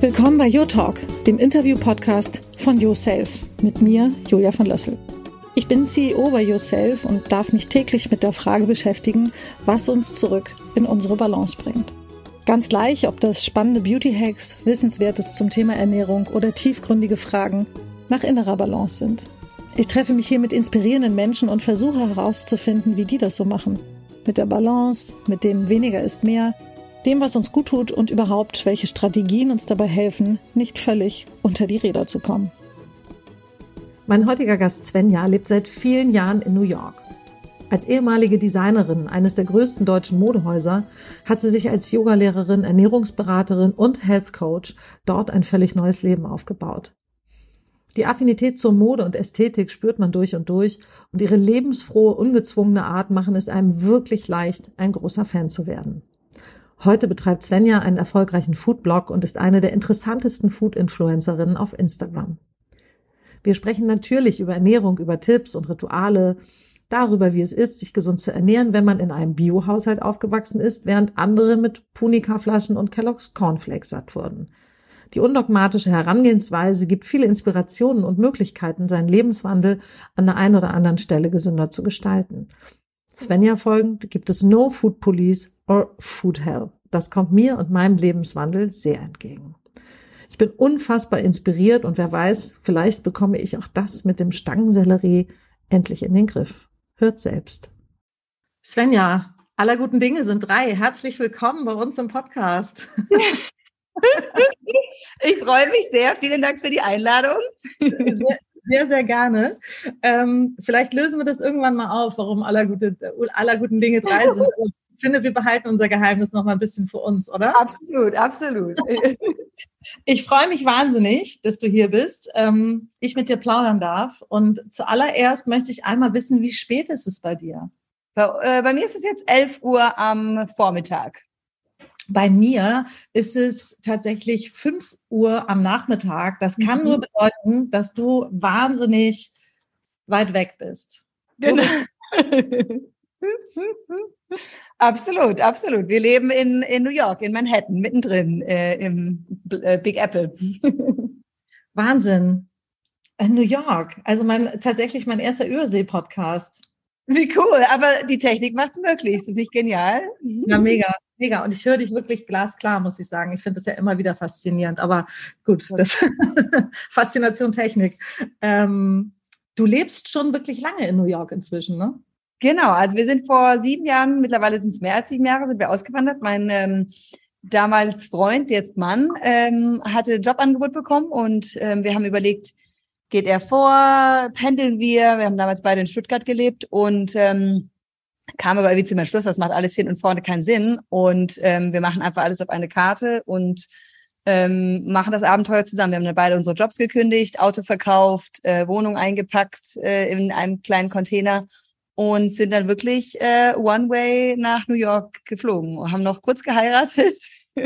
Willkommen bei YourTalk, dem Interview-Podcast von YourSelf mit mir, Julia von Lössel. Ich bin CEO bei YourSelf und darf mich täglich mit der Frage beschäftigen, was uns zurück in unsere Balance bringt. Ganz gleich, ob das spannende Beauty-Hacks, Wissenswertes zum Thema Ernährung oder tiefgründige Fragen nach innerer Balance sind. Ich treffe mich hier mit inspirierenden Menschen und versuche herauszufinden, wie die das so machen. Mit der Balance, mit dem weniger ist mehr, dem, was uns gut tut und überhaupt, welche Strategien uns dabei helfen, nicht völlig unter die Räder zu kommen. Mein heutiger Gast Svenja lebt seit vielen Jahren in New York. Als ehemalige Designerin eines der größten deutschen Modehäuser hat sie sich als Yogalehrerin, Ernährungsberaterin und Health Coach dort ein völlig neues Leben aufgebaut. Die Affinität zur Mode und Ästhetik spürt man durch und ihre lebensfrohe, ungezwungene Art machen es einem wirklich leicht, ein großer Fan zu werden. Heute betreibt Svenja einen erfolgreichen Foodblog und ist eine der interessantesten Food-Influencerinnen auf Instagram. Wir sprechen natürlich über Ernährung, über Tipps und Rituale, darüber, wie es ist, sich gesund zu ernähren, wenn man in einem Bio-Haushalt aufgewachsen ist, während andere mit Punica-Flaschen und Kellogg's Cornflakes satt wurden. Die undogmatische Herangehensweise gibt viele Inspirationen und Möglichkeiten, seinen Lebenswandel an der einen oder anderen Stelle gesünder zu gestalten. Svenja folgend gibt es No Food Police or Food Hell. Das kommt mir und meinem Lebenswandel sehr entgegen. Ich bin unfassbar inspiriert und wer weiß, vielleicht bekomme ich auch das mit dem Stangensellerie endlich in den Griff. Hört selbst. Svenja, aller guten Dinge sind 3. Herzlich willkommen bei uns im Podcast. Ich freue mich sehr. Vielen Dank für die Einladung. Sehr, sehr, sehr gerne. Vielleicht lösen wir das irgendwann mal auf, warum aller guten Dinge 3 sind. Ich finde, wir behalten unser Geheimnis noch mal ein bisschen für uns, oder? Absolut, absolut. Ich freue mich wahnsinnig, dass du hier bist, ich mit dir plaudern darf. Und zuallererst möchte ich einmal wissen, wie spät ist es bei dir? Bei mir ist es jetzt 11 Uhr am Vormittag. Bei mir ist es tatsächlich 5 Uhr am Nachmittag. Das kann nur bedeuten, dass du wahnsinnig weit weg bist. Genau. Absolut, absolut. Wir leben in New York, in Manhattan, mittendrin im Big Apple. Wahnsinn. New York. Also tatsächlich mein erster Übersee-Podcast. Wie cool. Aber die Technik macht es möglich. Ist das nicht genial? Ja, mega. Mega. Und ich höre dich wirklich glasklar, muss ich sagen. Ich finde das ja immer wieder faszinierend. Aber gut, das Faszination Technik. Du lebst schon wirklich lange in New York inzwischen, ne? Genau. Also wir sind vor 7 Jahren, mittlerweile sind es mehr als 7 Jahre, sind wir ausgewandert. Mein damals Freund, jetzt Mann, hatte ein Jobangebot bekommen und wir haben überlegt, geht er vor, pendeln wir. Wir haben damals beide in Stuttgart gelebt und kam aber irgendwie zum Entschluss, das macht alles hin und vorne keinen Sinn und wir machen einfach alles auf eine Karte und machen das Abenteuer zusammen. Wir haben dann beide unsere Jobs gekündigt, Auto verkauft, Wohnung eingepackt in einem kleinen Container und sind dann wirklich One-Way nach New York geflogen und haben noch kurz geheiratet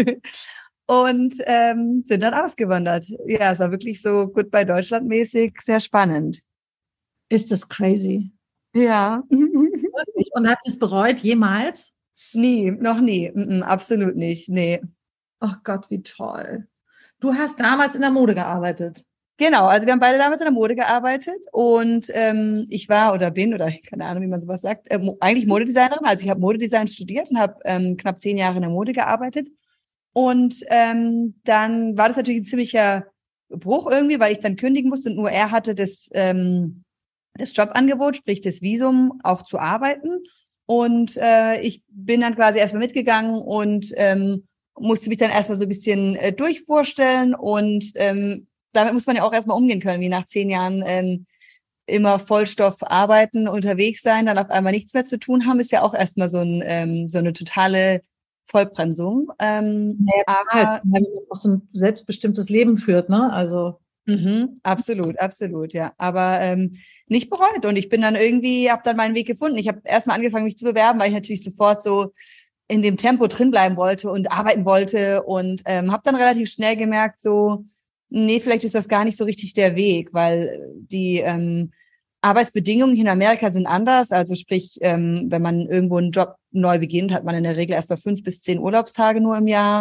und sind dann ausgewandert. Ja, es war wirklich so Goodbye Deutschland-mäßig, sehr spannend. Ist das crazy? Ja. Und habt ihr es bereut jemals? Nie, noch nie. Absolut nicht, nee. Ach Gott, wie toll. Du hast damals in der Mode gearbeitet. Genau, also wir haben beide damals in der Mode gearbeitet und ich war oder bin, oder keine Ahnung, wie man sowas sagt, eigentlich Modedesignerin. Also ich habe Modedesign studiert und habe knapp 10 Jahre in der Mode gearbeitet. Und dann war das natürlich ein ziemlicher Bruch irgendwie, weil ich dann kündigen musste und nur er hatte das Jobangebot, sprich das Visum, auch zu arbeiten. Und ich bin dann quasi erstmal mitgegangen und musste mich dann erstmal so ein bisschen durchvorstellen. Und damit muss man ja auch erstmal umgehen können, wie nach 10 Jahren immer Vollstoff arbeiten, unterwegs sein, dann auf einmal nichts mehr zu tun haben, ist ja auch erstmal so eine totale Vollbremsung. Aber wenn man auch so ein selbstbestimmtes Leben führt, ne? Also absolut, absolut, ja. Aber nicht bereut. Und ich bin dann irgendwie, habe dann meinen Weg gefunden. Ich habe erstmal angefangen, mich zu bewerben, weil ich natürlich sofort so in dem Tempo drin bleiben wollte und arbeiten wollte und habe dann relativ schnell gemerkt, so, nee, vielleicht ist das gar nicht so richtig der Weg, weil die Arbeitsbedingungen hier in Amerika sind anders. Also sprich, wenn man irgendwo einen Job neu beginnt, hat man in der Regel erst mal 5 bis 10 Urlaubstage nur im Jahr.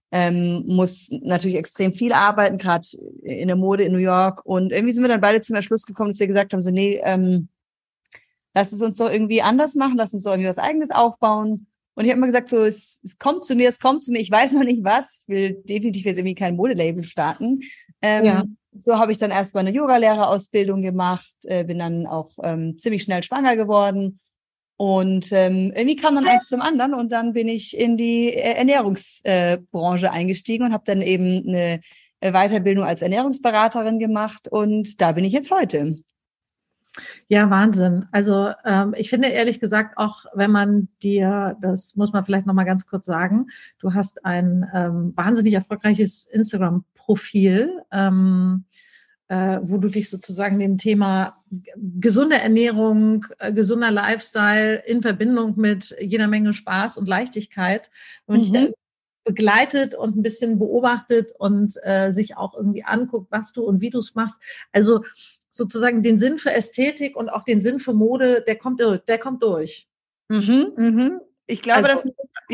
muss natürlich extrem viel arbeiten, gerade in der Mode in New York. Und irgendwie sind wir dann beide zum Entschluss gekommen, dass wir gesagt haben, so nee, lass es uns doch irgendwie anders machen, lass uns doch irgendwie was Eigenes aufbauen. Und ich habe immer gesagt, so es kommt zu mir, ich weiß noch nicht was. Ich will definitiv jetzt irgendwie kein Modelabel starten. So habe ich dann erstmal eine Yogalehrerausbildung gemacht, bin dann auch ziemlich schnell schwanger geworden. Und irgendwie kam dann eins zum anderen und dann bin ich in die Ernährungsbranche eingestiegen und habe dann eben eine Weiterbildung als Ernährungsberaterin gemacht und da bin ich jetzt heute. Ja, Wahnsinn. Also ich finde ehrlich gesagt auch, wenn man dir, das muss man vielleicht nochmal ganz kurz sagen, du hast ein wahnsinnig erfolgreiches Instagram-Profil, wo du dich sozusagen dem Thema gesunde Ernährung, gesunder Lifestyle in Verbindung mit jeder Menge Spaß und Leichtigkeit und dich da begleitet und ein bisschen beobachtet und sich auch irgendwie anguckt, was du und wie du es machst. Also sozusagen den Sinn für Ästhetik und auch den Sinn für Mode, der kommt durch. Ich glaube, dass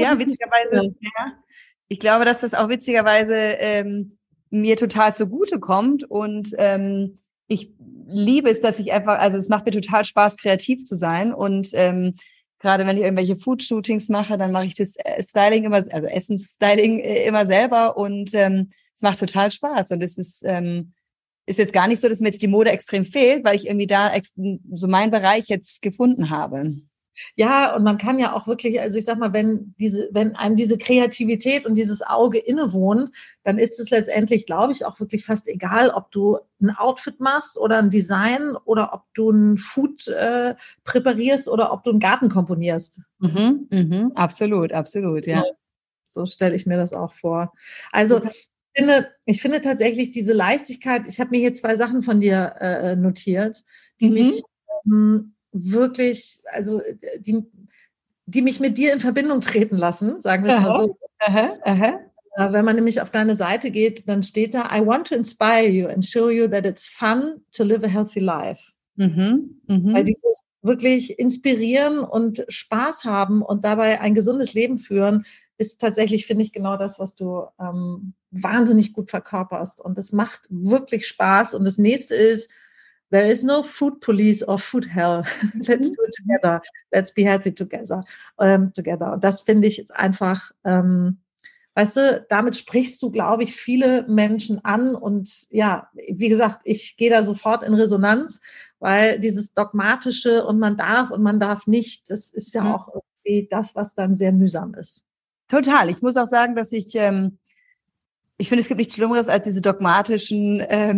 ich glaube, dass das auch witzigerweise mir total zugute kommt und ich liebe es, dass ich einfach, also es macht mir total Spaß, kreativ zu sein und gerade wenn ich irgendwelche Food-Shootings mache, dann mache ich das Styling immer, also Essensstyling immer selber und es macht total Spaß und es ist jetzt gar nicht so, dass mir jetzt die Mode extrem fehlt, weil ich irgendwie da so meinen Bereich jetzt gefunden habe. Ja, und man kann ja auch wirklich, also ich sag mal, wenn einem diese Kreativität und dieses Auge innewohnt, dann ist es letztendlich, glaube ich, auch wirklich fast egal, ob du ein Outfit machst oder ein Design oder ob du ein Food präparierst oder ob du einen Garten komponierst. Absolut, ja. So stelle ich mir das auch vor. Also ich finde tatsächlich diese Leichtigkeit, ich habe mir hier 2 Sachen von dir notiert, die mich wirklich, also die mich mit dir in Verbindung treten lassen, sagen wir es mal so. Wenn man nämlich auf deine Seite geht, dann steht da, I want to inspire you and show you that it's fun to live a healthy life. Weil dieses wirklich inspirieren und Spaß haben und dabei ein gesundes Leben führen, ist tatsächlich, finde ich, genau das, was du wahnsinnig gut verkörperst. Und es macht wirklich Spaß. Und das nächste ist, there is no food police or food hell. Let's do it together. Let's be healthy together. Und das finde ich ist einfach, weißt du, damit sprichst du, glaube ich, viele Menschen an. Und ja, wie gesagt, ich gehe da sofort in Resonanz, weil dieses dogmatische und man darf nicht, das ist ja auch irgendwie das, was dann sehr mühsam ist. Total. Ich muss auch sagen, dass ich finde, es gibt nichts Schlimmeres als diese dogmatischen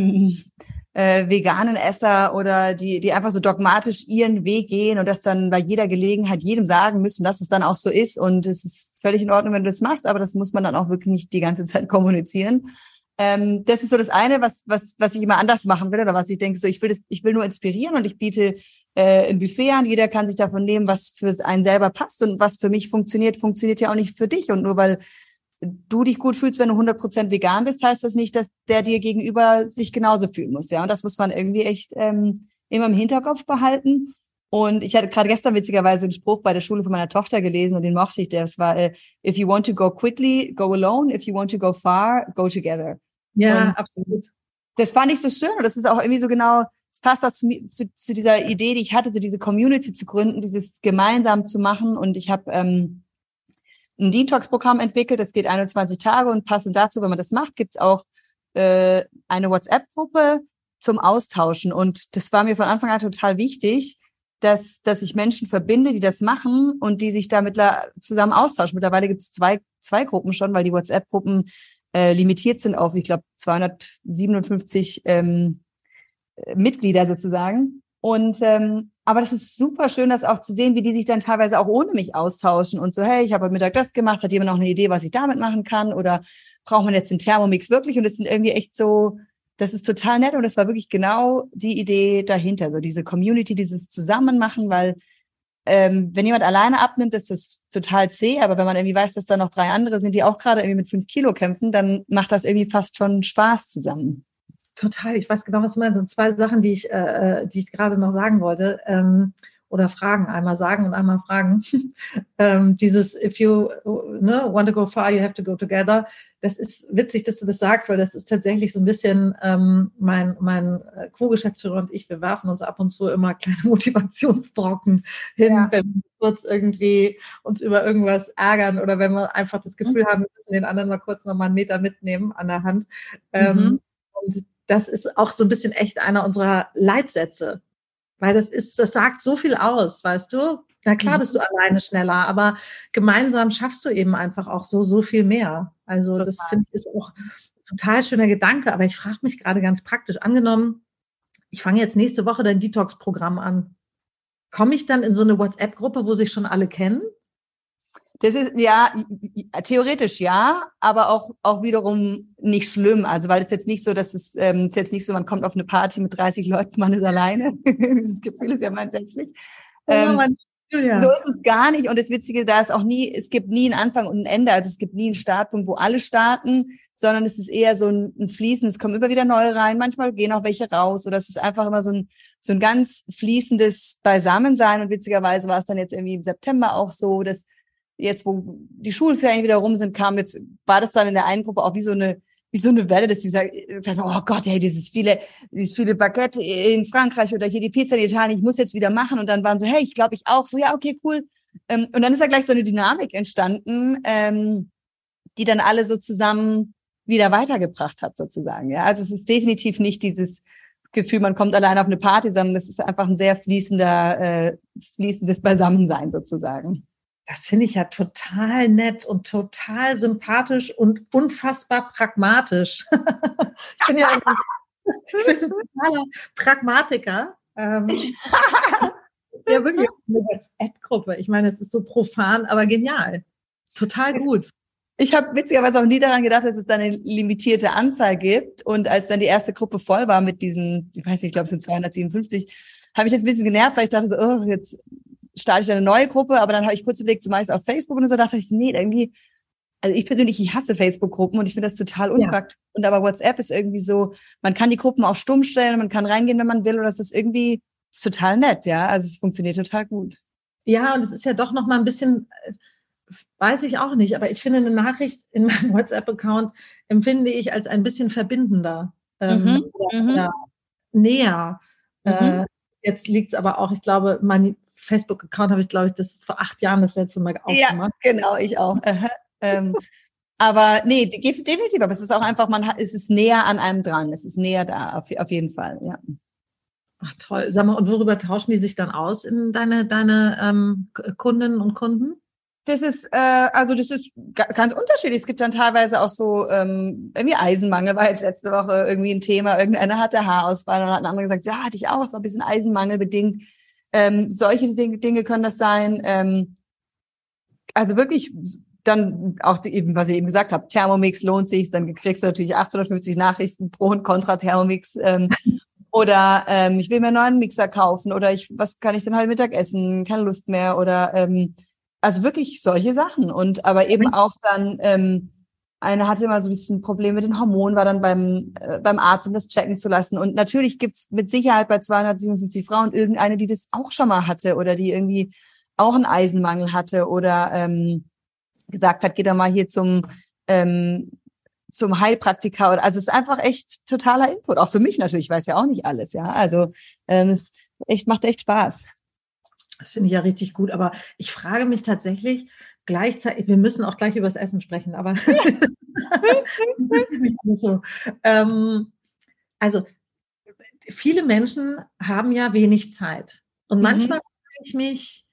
veganen Esser oder die einfach so dogmatisch ihren Weg gehen und das dann bei jeder Gelegenheit jedem sagen müssen, dass es dann auch so ist. Und es ist völlig in Ordnung, wenn du das machst, aber das muss man dann auch wirklich nicht die ganze Zeit kommunizieren. Das ist so das eine, was ich immer anders machen will oder was ich denke, so ich will nur inspirieren und ich biete ein Buffet an. Jeder kann sich davon nehmen, was für einen selber passt und was für mich funktioniert ja auch nicht für dich. Und nur weil du dich gut fühlst, wenn du 100% vegan bist, heißt das nicht, dass der dir gegenüber sich genauso fühlen muss. Ja, und das muss man irgendwie echt immer im Hinterkopf behalten. Und ich hatte gerade gestern witzigerweise einen Spruch bei der Schule von meiner Tochter gelesen und den mochte ich. Das war, if you want to go quickly, go alone. If you want to go far, go together. Ja, und absolut. Das fand ich so schön und das ist auch irgendwie so genau, es passt auch zu dieser Idee, die ich hatte, so diese Community zu gründen, dieses gemeinsam zu machen. Und ich habe ein Detox-Programm entwickelt, das geht 21 Tage und passend dazu, wenn man das macht, gibt's auch eine WhatsApp-Gruppe zum Austauschen. Und das war mir von Anfang an total wichtig, dass ich Menschen verbinde, die das machen und die sich da zusammen austauschen. Mittlerweile gibt's zwei Gruppen schon, weil die WhatsApp-Gruppen limitiert sind auf, ich glaube, 257 Mitglieder sozusagen. Und aber das ist super schön, das auch zu sehen, wie die sich dann teilweise auch ohne mich austauschen und so, hey, ich habe heute Mittag das gemacht, hat jemand noch eine Idee, was ich damit machen kann oder braucht man jetzt den Thermomix wirklich? Und das sind irgendwie echt so, das ist total nett und das war wirklich genau die Idee dahinter, so diese Community, dieses Zusammenmachen, weil wenn jemand alleine abnimmt, ist das total zäh, aber wenn man irgendwie weiß, dass da noch 3 andere sind, die auch gerade irgendwie mit 5 Kilo kämpfen, dann macht das irgendwie fast schon Spaß zusammen. Total, ich weiß genau, was du meinst. Und 2 Sachen, die ich gerade noch sagen wollte. oder fragen, einmal sagen und einmal fragen. Dieses if you want to go far, you have to go together. Das ist witzig, dass du das sagst, weil das ist tatsächlich so ein bisschen mein Co-Geschäftsführer und ich, wir werfen uns ab und zu immer kleine Motivationsbrocken hin, wenn wir kurz irgendwie uns über irgendwas ärgern oder wenn wir einfach das Gefühl haben, wir müssen den anderen mal kurz nochmal einen Meter mitnehmen an der Hand. Und das ist auch so ein bisschen echt einer unserer Leitsätze. Weil das sagt so viel aus, weißt du? Na klar bist du alleine schneller, aber gemeinsam schaffst du eben einfach auch so viel mehr. Also total. Das finde ich ist auch ein total schöner Gedanke. Aber ich frage mich gerade ganz praktisch, angenommen, ich fange jetzt nächste Woche dein Detox-Programm an. Komme ich dann in so eine WhatsApp-Gruppe, wo sich schon alle kennen? Das ist, ja, theoretisch ja, aber auch wiederum nicht schlimm. Also, weil es jetzt nicht so, dass es ist jetzt nicht so, man kommt auf eine Party mit 30 Leuten, man ist alleine. Dieses Gefühl ist ja mal entsetzlich. So ist es gar nicht. Und das Witzige, da ist auch es gibt nie einen Anfang und ein Ende. Also es gibt nie einen Startpunkt, wo alle starten, sondern es ist eher so ein Fließen. Es kommen immer wieder neue rein. Manchmal gehen auch welche raus. Oder es ist einfach immer so ein ganz fließendes Beisammensein. Und witzigerweise war es dann jetzt irgendwie im September auch so, dass jetzt, wo die Schulferien wieder rum sind, war das dann in der einen Gruppe auch wie so eine Welle, dass die sagen, oh Gott, hey, dieses viele Baguette in Frankreich oder hier die Pizza in Italien, ich muss jetzt wieder machen. Und dann waren so, hey, ich glaube, ich auch. So, ja, okay, cool. Und dann ist ja gleich so eine Dynamik entstanden, die dann alle so zusammen wieder weitergebracht hat, sozusagen. Ja, also es ist definitiv nicht dieses Gefühl, man kommt allein auf eine Party, sondern es ist einfach ein sehr fließendes Beisammensein, sozusagen. Das finde ich ja total nett und total sympathisch und unfassbar pragmatisch. Ich bin ja ein totaler Pragmatiker. Ja, wirklich eine WhatsApp-Gruppe. Ich meine, es ist so profan, aber genial. Total gut. Ich habe witzigerweise auch nie daran gedacht, dass es da eine limitierte Anzahl gibt. Und als dann die erste Gruppe voll war mit diesen, ich weiß nicht, ich glaube, es sind 257, habe ich das ein bisschen genervt, weil ich dachte so, oh, jetzt starte ich eine neue Gruppe, aber dann habe ich kurz überlegt, so mache ich es auf Facebook und so dachte ich, nee, irgendwie, also ich persönlich, ich hasse Facebook-Gruppen und ich finde das total unpraktisch. Ja. Und aber WhatsApp ist irgendwie so, man kann die Gruppen auch stumm stellen und man kann reingehen, wenn man will, oder es ist irgendwie total nett, ja, also es funktioniert total gut. Ja, und es ist ja doch noch mal ein bisschen, weiß ich auch nicht, aber ich finde eine Nachricht in meinem WhatsApp-Account empfinde ich als ein bisschen verbindender oder näher. Jetzt liegt es aber auch, ich glaube, mein Facebook-Account habe ich, glaube ich, das vor 8 Jahren das letzte Mal aufgemacht. Ja, genau, ich auch. Aber nee, definitiv, aber es ist auch einfach, es ist näher an einem dran, es ist näher da, auf jeden Fall, ja. Ach toll, sag mal, und worüber tauschen die sich dann aus in deine Kundinnen und Kunden? Das ist ganz unterschiedlich. Es gibt dann teilweise auch so irgendwie Eisenmangel, war jetzt letzte Woche irgendwie ein Thema. Irgendeiner hatte Haarausfall und hat ein anderer gesagt, ja, hatte ich auch, es war ein bisschen Eisenmangel bedingt. Solche Dinge können das sein. Also wirklich dann auch eben, was ich eben gesagt habe, Thermomix lohnt sich, dann kriegst du natürlich 850 Nachrichten pro und contra Thermomix. Oder ich will mir einen neuen Mixer kaufen oder was kann ich denn heute Mittag essen? Keine Lust mehr oder also wirklich solche Sachen. Und aber eben auch dann, eine hatte immer so ein bisschen ein Problem mit den Hormonen, war dann beim Arzt, um das checken zu lassen. Und natürlich gibt's mit Sicherheit bei 257 Frauen irgendeine, die das auch schon mal hatte oder die irgendwie auch einen Eisenmangel hatte oder gesagt hat, geh doch mal hier zum Heilpraktiker. Also es ist einfach echt totaler Input. Auch für mich natürlich, ich weiß ja auch nicht alles, ja. Also es macht echt Spaß. Das finde ich ja richtig gut, aber ich frage mich tatsächlich gleichzeitig, wir müssen auch gleich über das Essen sprechen, aber so. Also viele Menschen haben ja wenig Zeit und manchmal frage ich mich,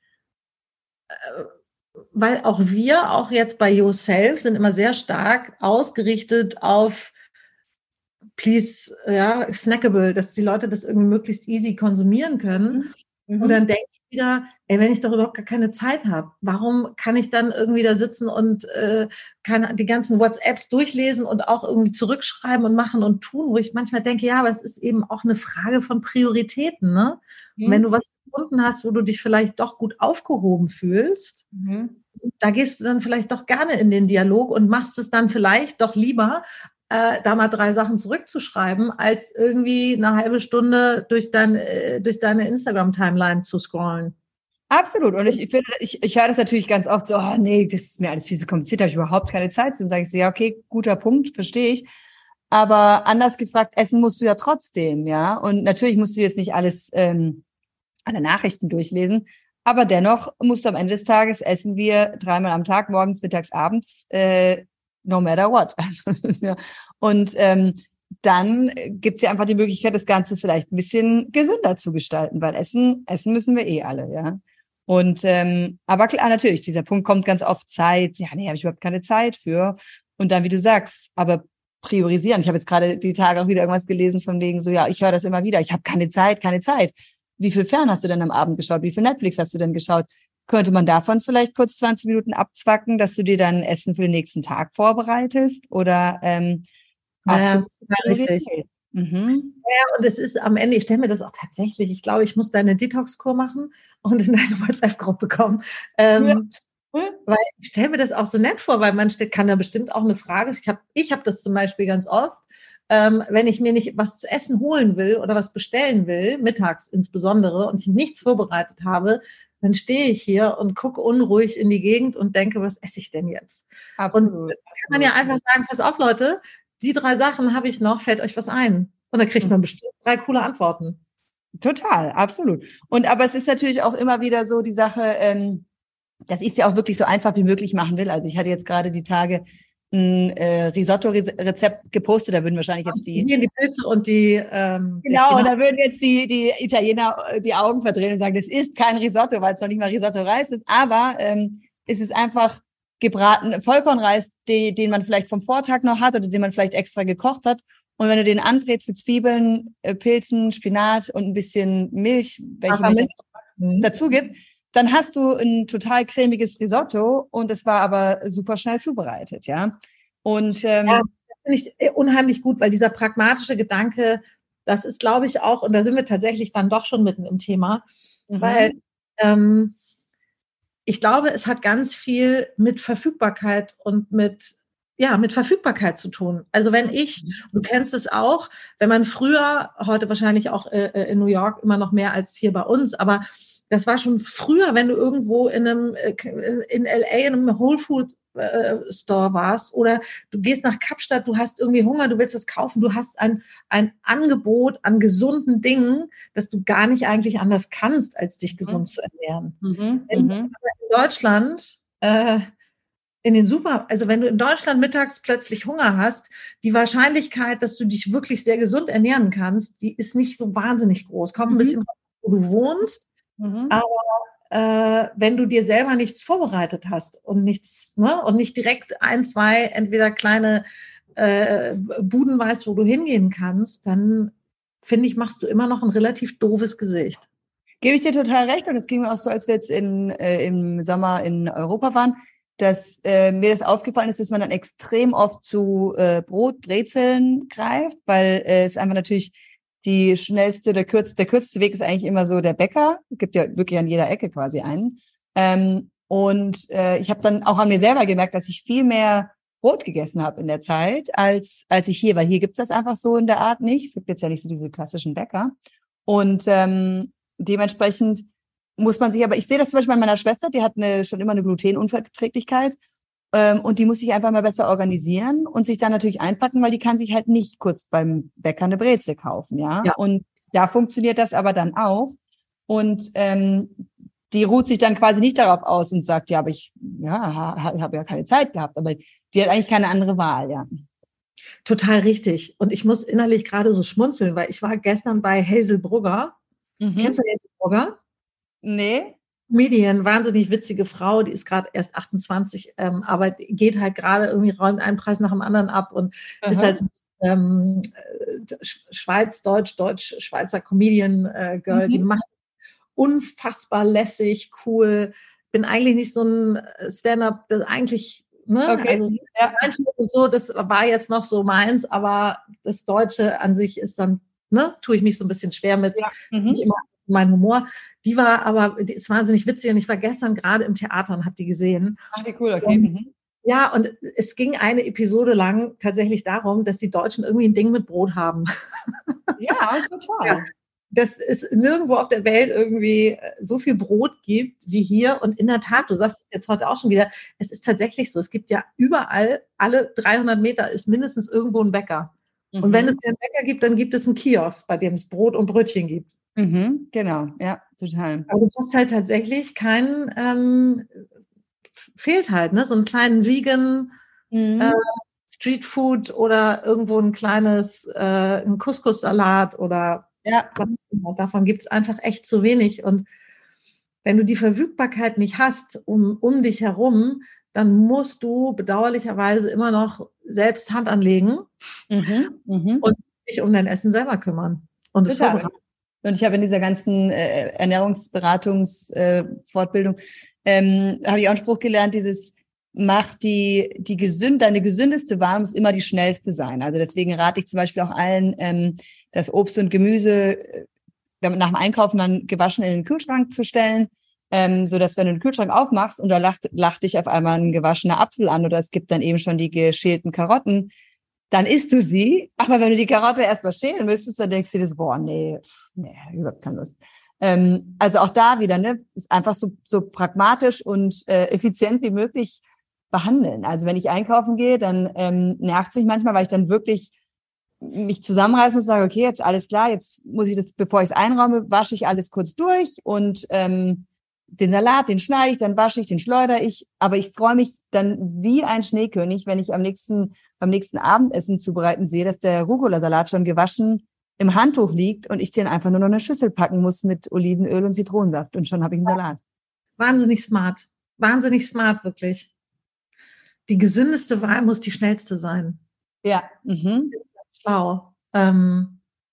weil auch wir, auch jetzt bei Yourself, sind immer sehr stark ausgerichtet auf please, ja, snackable, dass die Leute das irgendwie möglichst easy konsumieren können. Und dann denke ich wieder, wenn ich doch überhaupt gar keine Zeit habe, warum kann ich dann irgendwie da sitzen und kann die ganzen WhatsApps durchlesen und auch irgendwie zurückschreiben und machen und tun, wo ich manchmal denke, ja, aber es ist eben auch eine Frage von Prioritäten, ne? Und wenn du was gefunden hast, wo du dich vielleicht doch gut aufgehoben fühlst, da gehst du dann vielleicht doch gerne in den Dialog und machst es dann vielleicht doch lieber, da mal 3 Sachen zurückzuschreiben, als irgendwie eine halbe Stunde durch deine Instagram-Timeline zu scrollen. Absolut. Und ich finde, ich höre das natürlich ganz oft so, oh nee, das ist mir alles viel zu kompliziert, habe ich überhaupt keine Zeit zu. Dann sage ich so, ja, okay, guter Punkt, verstehe ich. Aber anders gefragt, essen musst du ja trotzdem, ja. Und natürlich musst du jetzt nicht alles, alle Nachrichten durchlesen. Aber dennoch musst du am Ende des Tages essen wir 3-mal am Tag, morgens, mittags, abends, no matter what. Ja. Und dann gibt's ja einfach die Möglichkeit, das Ganze vielleicht ein bisschen gesünder zu gestalten, weil essen müssen wir eh alle, ja. Und aber klar, natürlich, dieser Punkt kommt ganz oft Zeit. Ja, nee, habe ich überhaupt keine Zeit für. Und dann, wie du sagst, aber priorisieren. Ich habe jetzt gerade die Tage auch wieder irgendwas gelesen von wegen so, ja, ich höre das immer wieder. Ich habe keine Zeit, keine Zeit. Wie viel Fern hast du denn am Abend geschaut? Wie viel Netflix hast du denn geschaut? Könnte man davon vielleicht kurz 20 Minuten abzwacken, dass du dir dann Essen für den nächsten Tag vorbereitest? Oder Ja, richtig. Mhm. Ja, und es ist am Ende, ich stelle mir das auch tatsächlich, ich glaube, ich muss da eine Detox-Kur machen und in eine WhatsApp-Gruppe kommen. Ja. Weil ich stelle mir das auch so nett vor, weil man kann ja bestimmt auch eine Frage, ich hab das zum Beispiel ganz oft, wenn ich mir nicht was zu essen holen will oder was bestellen will, mittags insbesondere, und ich nichts vorbereitet habe, dann stehe ich hier und gucke unruhig in die Gegend und denke, was esse ich denn jetzt? Absolut. Und da kann man ja einfach sagen, pass auf, Leute, die 3 Sachen habe ich noch, fällt euch was ein? Und dann kriegt man bestimmt 3 coole Antworten. Total, absolut. Und aber es ist natürlich auch immer wieder so die Sache, dass ich es ja auch wirklich so einfach wie möglich machen will. Also ich hatte jetzt gerade die Tage ein Risotto-Rezept gepostet, da würden wahrscheinlich jetzt die Pilze und die genau, und da würden jetzt die Italiener die Augen verdrehen und sagen, das ist kein Risotto, weil es noch nicht mal Risotto-Reis ist, aber es ist einfach gebraten Vollkornreis, den man vielleicht vom Vortag noch hat oder den man vielleicht extra gekocht hat. Und wenn du den anbrätst mit Zwiebeln, Pilzen, Spinat und ein bisschen Milch, welche Milch dazu gibst, dann hast du ein total cremiges Risotto und es war aber super schnell zubereitet, ja. Und ja, das finde ich unheimlich gut, weil dieser pragmatische Gedanke, das ist, glaube ich, auch, und da sind wir tatsächlich dann doch schon mitten im Thema, weil ich glaube, es hat ganz viel mit Verfügbarkeit und mit Verfügbarkeit zu tun. Also du kennst es auch, wenn man früher, heute wahrscheinlich auch in New York immer noch mehr als hier bei uns, aber das war schon früher, wenn du irgendwo in LA in einem Whole Food Store warst oder du gehst nach Kapstadt, du hast irgendwie Hunger, du willst was kaufen, du hast ein Angebot an gesunden Dingen, dass du gar nicht eigentlich anders kannst, als dich gesund zu ernähren. In Deutschland also wenn du in Deutschland mittags plötzlich Hunger hast, die Wahrscheinlichkeit, dass du dich wirklich sehr gesund ernähren kannst, die ist nicht so wahnsinnig groß. Kommt ein bisschen raus, wo du wohnst, aber wenn du dir selber nichts vorbereitet hast und nichts, und nicht direkt 1, 2 entweder kleine Buden weißt, wo du hingehen kannst, dann finde ich, machst du immer noch ein relativ doofes Gesicht. Gebe ich dir total recht. Und es ging mir auch so, als wir jetzt im Sommer in Europa waren, dass mir das aufgefallen ist, dass man dann extrem oft zu Brot, Brezeln greift, weil es einfach natürlich der kürzeste Weg ist eigentlich immer so der Bäcker. Gibt ja wirklich an jeder Ecke quasi einen. Ich habe dann auch an mir selber gemerkt, dass ich viel mehr Brot gegessen habe in der Zeit, als ich hier, weil hier gibt's das einfach so in der Art nicht. Es gibt jetzt ja nicht so diese klassischen Bäcker. Und dementsprechend muss man sich, aber ich sehe das zum Beispiel bei meiner Schwester, die hat schon immer eine Glutenunverträglichkeit und die muss sich einfach mal besser organisieren und sich dann natürlich einpacken, weil die kann sich halt nicht kurz beim Bäcker eine Brezel kaufen, ja. Und da funktioniert das aber dann auch und die ruht sich dann quasi nicht darauf aus und sagt, ja, aber ich habe ja keine Zeit gehabt, aber die hat eigentlich keine andere Wahl, ja. Total richtig. Und ich muss innerlich gerade so schmunzeln, weil ich war gestern bei Hazel Brugger. Kennst du Hazel Brugger? Nee. Comedian, wahnsinnig witzige Frau, die ist gerade erst 28, aber geht halt gerade irgendwie, räumt einen Preis nach dem anderen ab und ist halt Schweizer Comedian Girl, die macht unfassbar lässig, cool. Bin eigentlich nicht so ein Stand-up, das eigentlich, also und so, das war jetzt noch so meins, aber das Deutsche an sich ist dann, tue ich mich so ein bisschen schwer mit, nicht immer mein Humor. Die ist wahnsinnig witzig und ich war gestern gerade im Theater und habe die gesehen. Ach, wie cool, okay. Und es ging eine Episode lang tatsächlich darum, dass die Deutschen irgendwie ein Ding mit Brot haben. Ja, total. dass es nirgendwo auf der Welt irgendwie so viel Brot gibt wie hier. Und in der Tat, du sagst es jetzt heute auch schon wieder, es ist tatsächlich so, es gibt ja überall, alle 300 Meter ist mindestens irgendwo ein Bäcker. Und wenn es keinen Bäcker gibt, dann gibt es einen Kiosk, bei dem es Brot und Brötchen gibt. Genau, ja, total. Aber du hast halt tatsächlich keinen, fehlt halt, ne? So einen kleinen Vegan Streetfood oder irgendwo ein kleines ein Couscous-Salat oder was immer. Davon gibt es einfach echt zu wenig. Und wenn du die Verfügbarkeit nicht hast um dich herum, dann musst du bedauerlicherweise immer noch selbst Hand anlegen und dich um dein Essen selber kümmern und es vorbereiten. Und ich habe in dieser ganzen Ernährungsberatungs-Fortbildung habe ich auch einen Spruch gelernt, mach deine gesündeste Wahl muss immer die schnellste sein. Also deswegen rate ich zum Beispiel auch allen, das Obst und Gemüse nach dem Einkaufen dann gewaschen in den Kühlschrank zu stellen, so dass wenn du den Kühlschrank aufmachst und da lacht dich auf einmal ein gewaschener Apfel an oder es gibt dann eben schon die geschälten Karotten, dann isst du sie. Aber wenn du die Karotte erst mal schälen müsstest, dann denkst du dir das, boah, nee, überhaupt keine Lust. Also auch da wieder, ne, ist einfach so pragmatisch und effizient wie möglich behandeln. Also wenn ich einkaufen gehe, dann nervt es mich manchmal, weil ich dann wirklich mich zusammenreißen muss und sage, okay, jetzt alles klar, jetzt muss ich das, bevor ich es einräume, wasche ich alles kurz durch und den Salat, den schneide ich, dann wasche ich, den schleudere ich. Aber ich freue mich dann wie ein Schneekönig, wenn ich beim nächsten Abendessen zubereiten sehe, dass der Rucola-Salat schon gewaschen im Handtuch liegt und ich den einfach nur noch in eine Schüssel packen muss mit Olivenöl und Zitronensaft und schon habe ich einen Salat. Wahnsinnig smart, wirklich. Die gesündeste Wahl muss die schnellste sein. Ja. Schlau. Ja.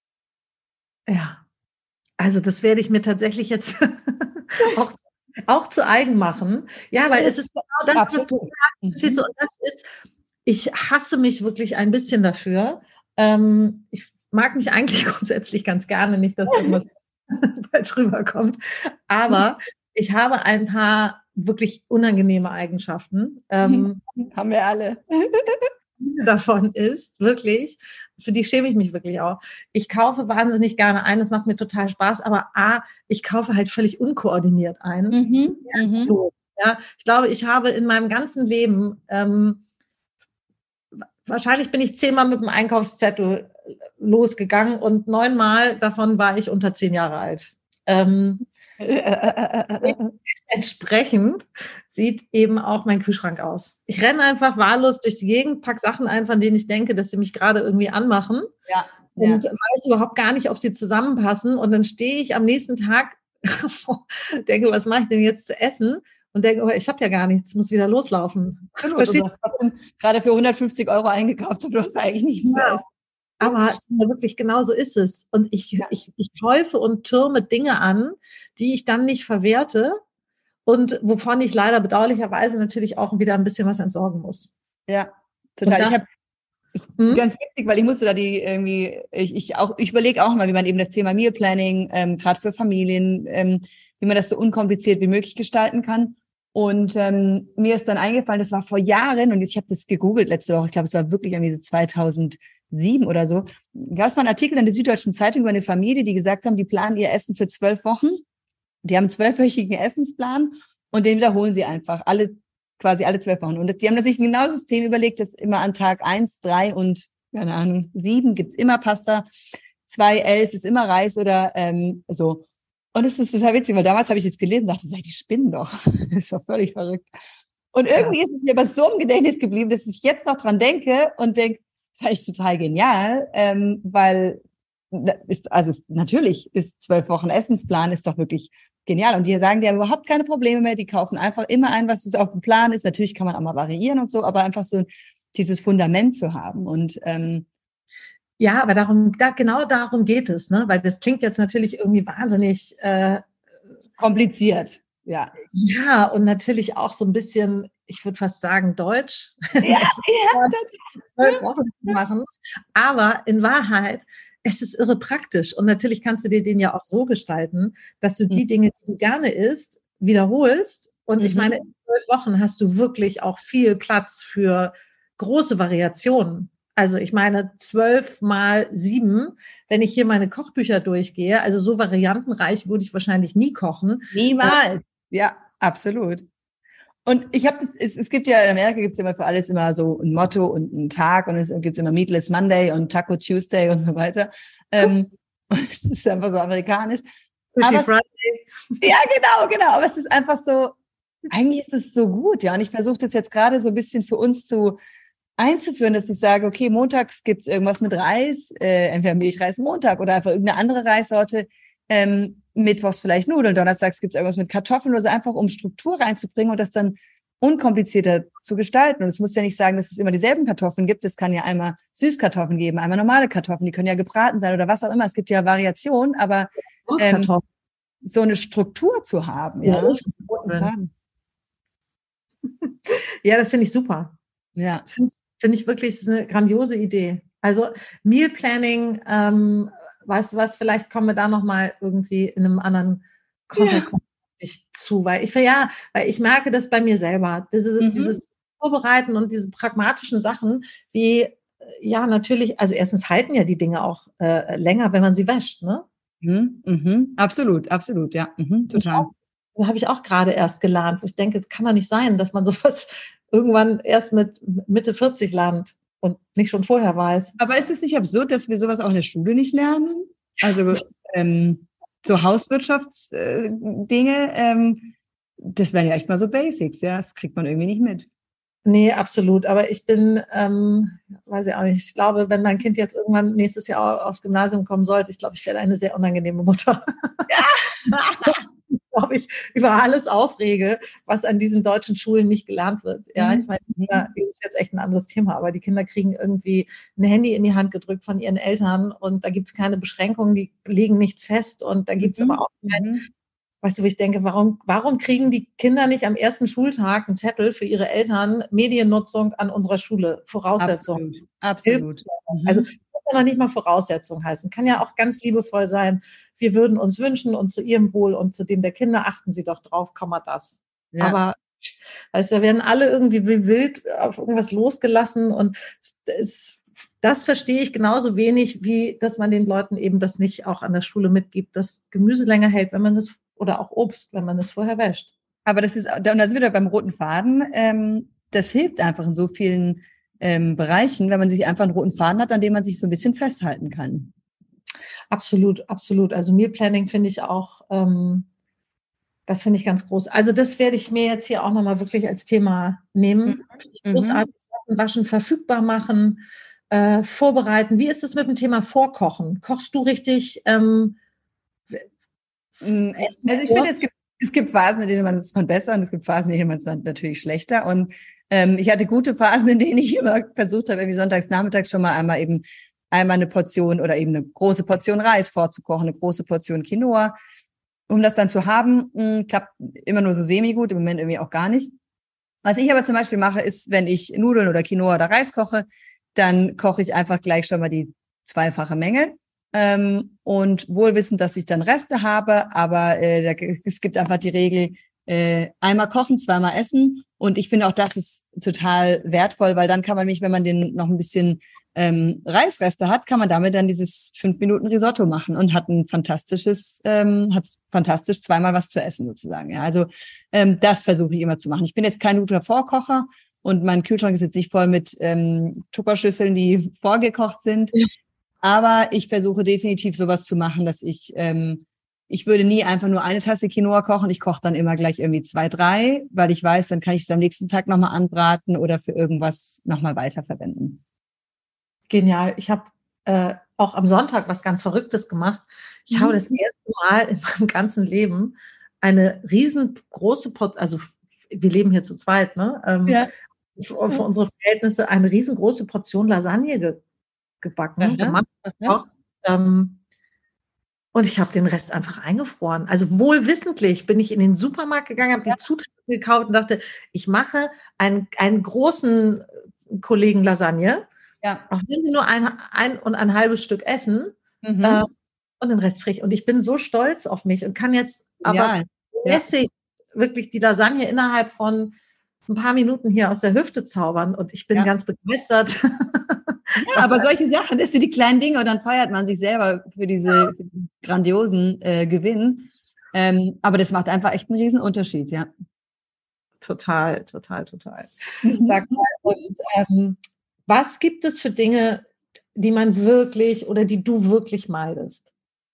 Also das werde ich mir tatsächlich jetzt auch zu eigen machen. Ja, weil es ist genau das, was du sagst. Und das ist, ich hasse mich wirklich ein bisschen dafür. Ich mag mich eigentlich grundsätzlich ganz gerne, nicht, dass irgendwas falsch rüberkommt. Aber ich habe ein paar wirklich unangenehme Eigenschaften. Haben wir alle. Davon ist, wirklich, für die schäme ich mich wirklich auch. Ich kaufe wahnsinnig gerne ein, es macht mir total Spaß, aber ich kaufe halt völlig unkoordiniert ein. Ja, ich glaube, ich habe in meinem ganzen Leben, wahrscheinlich bin ich 10-mal mit dem Einkaufszettel losgegangen und 9-mal davon war ich unter 10 Jahre alt. Entsprechend sieht eben auch mein Kühlschrank aus. Ich renne einfach wahllos durch die Gegend, packe Sachen ein, von denen ich denke, dass sie mich gerade irgendwie anmachen und weiß überhaupt gar nicht, ob sie zusammenpassen. Und dann stehe ich am nächsten Tag, denke, was mache ich denn jetzt zu essen? Und denke, oh, ich habe ja gar nichts, muss wieder loslaufen. Du hast gerade für 150 € eingekauft und du hast eigentlich nichts zu essen. Aber wirklich genau so ist es. Und ich häufe und türme Dinge an, die ich dann nicht verwerte und wovon ich leider bedauerlicherweise natürlich auch wieder ein bisschen was entsorgen muss. Ja, total. Ganz wichtig, weil ich musste da ich überlege auch mal, wie man eben das Thema Meal Planning, gerade für Familien, wie man das so unkompliziert wie möglich gestalten kann. Und mir ist dann eingefallen, das war vor Jahren und ich habe das gegoogelt letzte Woche, ich glaube, es war wirklich irgendwie so 2007 oder so, gab es mal einen Artikel in der Süddeutschen Zeitung über eine Familie, die gesagt haben, die planen ihr Essen für 12 Wochen. Die haben einen 12-wöchigen Essensplan und den wiederholen sie einfach quasi alle 12 Wochen. Und die haben sich genau das System überlegt, dass immer an Tag 1, 3 und, keine Ahnung, 7 gibt's immer Pasta, 2, 11 ist immer Reis oder so. Und es ist total witzig, weil damals habe ich das gelesen und dachte, die spinnen doch. Das ist doch völlig verrückt. Und irgendwie ist es mir aber so im Gedächtnis geblieben, dass ich jetzt noch dran denke und denke, das ist eigentlich total genial, weil natürlich ist 12 Wochen Essensplan ist doch wirklich genial. Und die sagen, die haben überhaupt keine Probleme mehr, die kaufen einfach immer ein, was auf dem Plan ist. Natürlich kann man auch mal variieren und so, aber einfach so dieses Fundament zu haben. Und ja, aber genau darum geht es, ne? Weil das klingt jetzt natürlich irgendwie wahnsinnig kompliziert. Ja. Ja, und natürlich auch so ein bisschen, ich würde fast sagen, deutsch. Ja, 12 Wochen machen. Aber in Wahrheit, es ist irre praktisch. Und natürlich kannst du dir den ja auch so gestalten, dass du die Dinge, die du gerne isst, wiederholst. Und ich meine, in 12 Wochen hast du wirklich auch viel Platz für große Variationen. Also ich meine 12 mal 7, wenn ich hier meine Kochbücher durchgehe, also so variantenreich würde ich wahrscheinlich nie kochen. Niemals. Ja, absolut. Und ich habe es gibt ja in Amerika gibt's immer für alles immer so ein Motto und einen Tag und es gibt immer Meatless Monday und Taco Tuesday und so weiter. Und es ist einfach so amerikanisch. Aber ja, genau. Aber es ist einfach so, eigentlich ist es so gut, ja. Und ich versuche das jetzt gerade so ein bisschen für uns einzuführen, dass ich sage, okay, montags gibt's irgendwas mit Reis, entweder Milchreis Montag oder einfach irgendeine andere Reissorte. Mittwochs vielleicht Nudeln, donnerstags gibt's irgendwas mit Kartoffeln oder so, einfach um Struktur reinzubringen und das dann unkomplizierter zu gestalten. Und es muss ja nicht sagen, dass es immer dieselben Kartoffeln gibt. Es kann ja einmal Süßkartoffeln geben, einmal normale Kartoffeln. Die können ja gebraten sein oder was auch immer. Es gibt ja Variationen, aber so eine Struktur zu haben. Ja, ja, das finde ich super. Ja. Das finde ich wirklich, das ist eine grandiose Idee. Also Meal Planning, was vielleicht kommen wir da nochmal irgendwie in einem anderen Kontext zu, weil ich merke das bei mir selber, dieses Vorbereiten und diese pragmatischen Sachen, wie, ja, natürlich, also erstens halten ja die Dinge auch länger, wenn man sie wäscht, ne? Absolut, ja, total. Das habe ich auch gerade erst gelernt, wo ich denke, es kann doch nicht sein, dass man sowas irgendwann erst mit Mitte 40 lernt und nicht schon vorher weiß. Aber ist es nicht absurd, dass wir sowas auch in der Schule nicht lernen? Also so Hauswirtschaftsdinge, das wären ja echt mal so Basics, ja, das kriegt man irgendwie nicht mit. Nee, absolut. Aber ich bin, weiß ich auch nicht, ich glaube, wenn mein Kind jetzt irgendwann nächstes Jahr aufs Gymnasium kommen sollte, ich glaube, ich werde eine sehr unangenehme Mutter. Ich glaube, ich über alles aufrege, was an diesen deutschen Schulen nicht gelernt wird. Ja, ich meine, das ist jetzt echt ein anderes Thema, aber die Kinder kriegen irgendwie ein Handy in die Hand gedrückt von ihren Eltern und da gibt es keine Beschränkungen, die legen nichts fest und da gibt es aber auch kein, weißt du, wo ich denke, warum kriegen die Kinder nicht am ersten Schultag einen Zettel für ihre Eltern, Mediennutzung an unserer Schule, Voraussetzung? Absolut. Also das muss ja noch nicht mal Voraussetzung heißen. Kann ja auch ganz liebevoll sein, wir würden uns wünschen und zu ihrem Wohl und zu dem der Kinder achten Sie doch drauf, das. Ja. Aber weißt, da werden alle irgendwie wie wild auf irgendwas losgelassen und das verstehe ich genauso wenig, wie dass man den Leuten eben das nicht auch an der Schule mitgibt, dass Gemüse länger hält, wenn man das, oder auch Obst, wenn man das vorher wäscht. Aber das ist, und da sind wir wieder beim roten Faden, das hilft einfach in so vielen Bereichen, wenn man sich einfach einen roten Faden hat, an dem man sich so ein bisschen festhalten kann. Absolut. Also Meal Planning finde ich auch, das finde ich ganz groß. Also das werde ich mir jetzt hier auch nochmal wirklich als Thema nehmen. Großartig waschen, verfügbar machen, vorbereiten. Wie ist es mit dem Thema Vorkochen? Kochst du richtig? Also ich finde, es gibt Phasen, in denen man es besser und es gibt Phasen, in denen man es dann natürlich schlechter. Und ich hatte gute Phasen, in denen ich immer versucht habe, irgendwie sonntags, nachmittags schon mal einmal eine Portion oder eben eine große Portion Reis vorzukochen, eine große Portion Quinoa. Um das dann zu haben, klappt immer nur so semi-gut, im Moment irgendwie auch gar nicht. Was ich aber zum Beispiel mache, ist, wenn ich Nudeln oder Quinoa oder Reis koche, dann koche ich einfach gleich schon mal die zweifache Menge. Und wohlwissend, dass ich dann Reste habe, aber es gibt einfach die Regel, einmal kochen, zweimal essen. Und ich finde auch, das ist total wertvoll, weil dann kann man wenn man den noch ein bisschen Reisreste hat, kann man damit dann dieses 5 Minuten Risotto machen und hat fantastisch zweimal was zu essen sozusagen. Ja, also das versuche ich immer zu machen. Ich bin jetzt kein guter Vorkocher und mein Kühlschrank ist jetzt nicht voll mit Tupperschüsseln, die vorgekocht sind. Aber ich versuche definitiv sowas zu machen, dass ich würde nie einfach nur eine Tasse Quinoa kochen. Ich koche dann immer gleich irgendwie 2, 3, weil ich weiß, dann kann ich es am nächsten Tag nochmal anbraten oder für irgendwas nochmal weiterverwenden. Genial. Ich habe auch am Sonntag was ganz Verrücktes gemacht. Ich habe das erste Mal in meinem ganzen Leben eine riesengroße also wir leben hier zu zweit, ne? Für unsere Verhältnisse eine riesengroße Portion Lasagne gebacken, gemacht. Und ich habe den Rest einfach eingefroren. Also wohlwissentlich bin ich in den Supermarkt gegangen, habe die Zutaten gekauft und dachte, ich mache einen großen Kollegen Lasagne. Ja. Auch wenn wir nur ein und ein halbes Stück essen und den Rest frisch. Und ich bin so stolz auf mich und kann jetzt aber wirklich die Lasagne innerhalb von ein paar Minuten hier aus der Hüfte zaubern. Und ich bin ganz begeistert. Ja, aber solche Sachen, das sind die kleinen Dinge und dann feiert man sich selber für diese grandiosen Gewinn. Aber das macht einfach echt einen riesen Unterschied, ja. Total. Sag mal, und was gibt es für Dinge, die man wirklich oder die du wirklich meidest?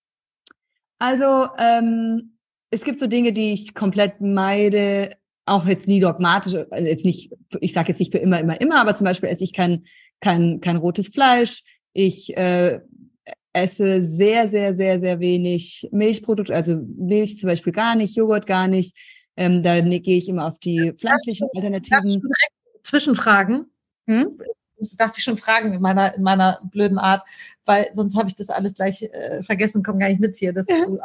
Also es gibt so Dinge, die ich komplett meide, auch jetzt nie dogmatisch, also jetzt nicht, ich sage jetzt nicht für immer, aber zum Beispiel esse ich kein rotes Fleisch. Ich esse sehr, sehr, sehr, sehr wenig Milchprodukte, also Milch zum Beispiel gar nicht, Joghurt gar nicht. Da gehe ich immer auf die pflanzlichen Alternativen. Darf ich zwischenfragen? Darf ich schon fragen in meiner blöden Art, weil sonst habe ich das alles gleich vergessen, komme gar nicht mit hier. Das zu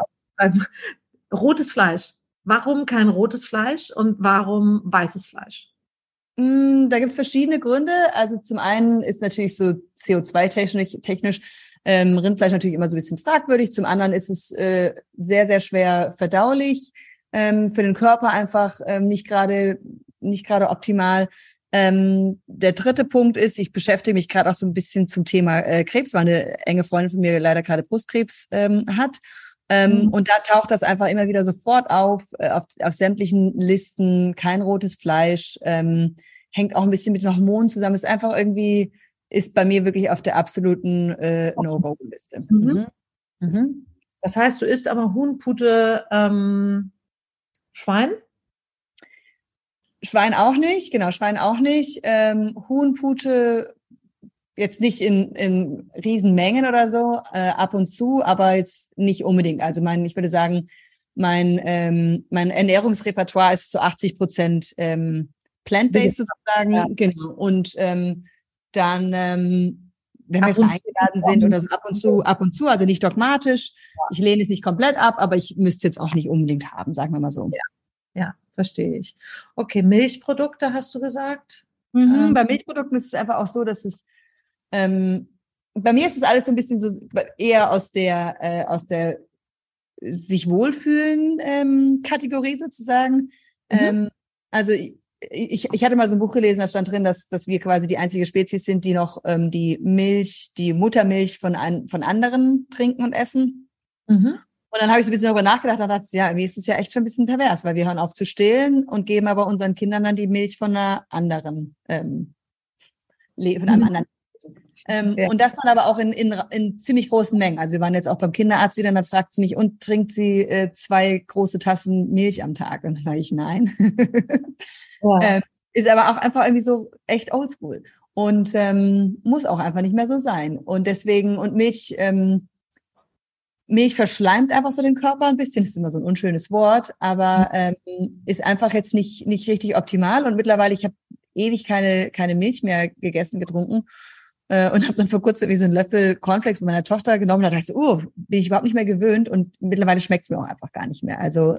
rotes Fleisch. Warum kein rotes Fleisch und warum weißes Fleisch? Da gibt's verschiedene Gründe. Also zum einen ist natürlich so CO2-technisch Rindfleisch natürlich immer so ein bisschen fragwürdig. Zum anderen ist es sehr, sehr schwer verdaulich. Für den Körper einfach nicht gerade optimal. Der dritte Punkt ist, ich beschäftige mich gerade auch so ein bisschen zum Thema Krebs, weil eine enge Freundin von mir leider gerade Brustkrebs hat. Und da taucht das einfach immer wieder sofort auf sämtlichen Listen, kein rotes Fleisch, hängt auch ein bisschen mit den Hormonen zusammen. Ist einfach irgendwie, ist bei mir wirklich auf der absoluten No-Go-Liste. Das heißt, du isst aber Huhn, Pute, Schwein? Schwein auch nicht, genau, Schwein auch nicht. Huhn, Pute jetzt nicht in Riesenmengen oder so, ab und zu, aber jetzt nicht unbedingt. Also ich würde sagen, mein Ernährungsrepertoire ist zu 80% plant-based sozusagen, ja. Genau. Und dann, wenn wir jetzt mal eingeladen sind oder so ab und zu, also nicht dogmatisch. Ja. Ich lehne es nicht komplett ab, aber ich müsste es jetzt auch nicht unbedingt haben, sagen wir mal so. Ja, verstehe ich. Okay, Milchprodukte hast du gesagt? Bei Milchprodukten ist es einfach auch so, dass es bei mir ist es alles so ein bisschen so eher aus der sich wohlfühlen Kategorie sozusagen. Also ich hatte mal so ein Buch gelesen, da stand drin, dass wir quasi die einzige Spezies sind, die noch die Muttermilch von anderen trinken und essen. Und dann habe ich so ein bisschen darüber nachgedacht und dachte, ja, irgendwie ist es ja echt schon ein bisschen pervers, weil wir hören auf zu stillen und geben aber unseren Kindern dann die Milch von einer anderen, von einem anderen. Ja. Und das dann aber auch in ziemlich großen Mengen. Also wir waren jetzt auch beim Kinderarzt wieder, und dann fragt sie mich, und trinkt sie 2 große Tassen Milch am Tag? Und dann sage ich, nein. Ja. Ist aber auch einfach irgendwie so echt oldschool. Und muss auch einfach nicht mehr so sein. Und deswegen, und Milch verschleimt einfach so den Körper ein bisschen, das ist immer so ein unschönes Wort, aber ist einfach jetzt nicht richtig optimal. Und mittlerweile, ich habe ewig keine Milch mehr getrunken und habe dann vor kurzem irgendwie so einen Löffel Cornflakes mit meiner Tochter genommen und dachte so, bin ich überhaupt nicht mehr gewöhnt, und mittlerweile schmeckt es mir auch einfach gar nicht mehr. Also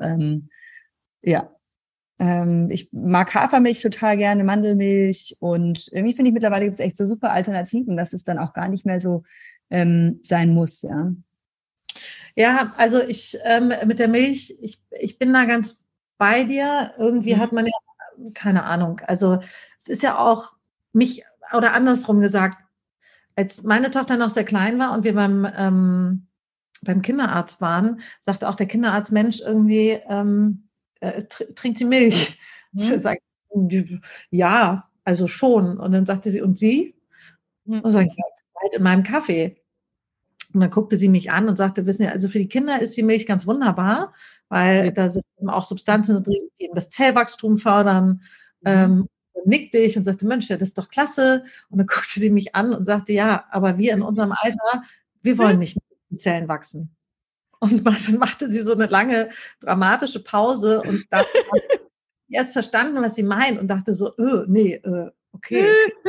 ich mag Hafermilch total gerne, Mandelmilch, und irgendwie finde ich, mittlerweile gibt es echt so super Alternativen, dass es dann auch gar nicht mehr so sein muss, ja. Ja, also ich mit der Milch, ich bin da ganz bei dir. Irgendwie hat man ja, keine Ahnung, also es ist ja auch oder andersrum gesagt, als meine Tochter noch sehr klein war und wir beim Kinderarzt waren, sagte auch der Kinderarzt, Mensch, irgendwie trinkt sie Milch? Sagt, ja, also schon. Und dann sagte sie, und Sie? Und sage ich, halt in meinem Kaffee. Und dann guckte sie mich an und sagte, wissen Sie, also für die Kinder ist die Milch ganz wunderbar, weil da sind auch Substanzen drin, die eben das Zellwachstum fördern. Nickte ich und sagte, Mensch, ja, das ist doch klasse. Und dann guckte sie mich an und sagte, ja, aber wir in unserem Alter, wir wollen nicht mehr, die Zellen wachsen. Und dann machte sie so eine lange dramatische Pause und da habe ich erst verstanden, was sie meint, und dachte so, okay.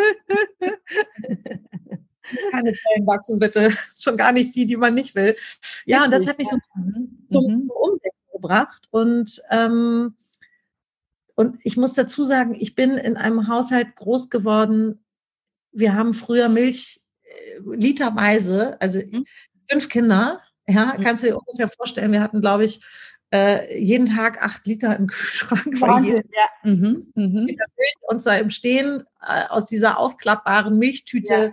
Keine Zellen wachsen, bitte. Schon gar nicht die man nicht will. Ja, und das hat mich so zum Umdenken gebracht. Und ich muss dazu sagen, ich bin in einem Haushalt groß geworden. Wir haben früher Milch literweise, also 5 Kinder. Ja, kannst du dir ungefähr vorstellen, wir hatten, glaube ich, jeden Tag 8 Liter im Kühlschrank. Wahnsinn, ja. Milch, und zwar im Stehen aus dieser aufklappbaren Milchtüte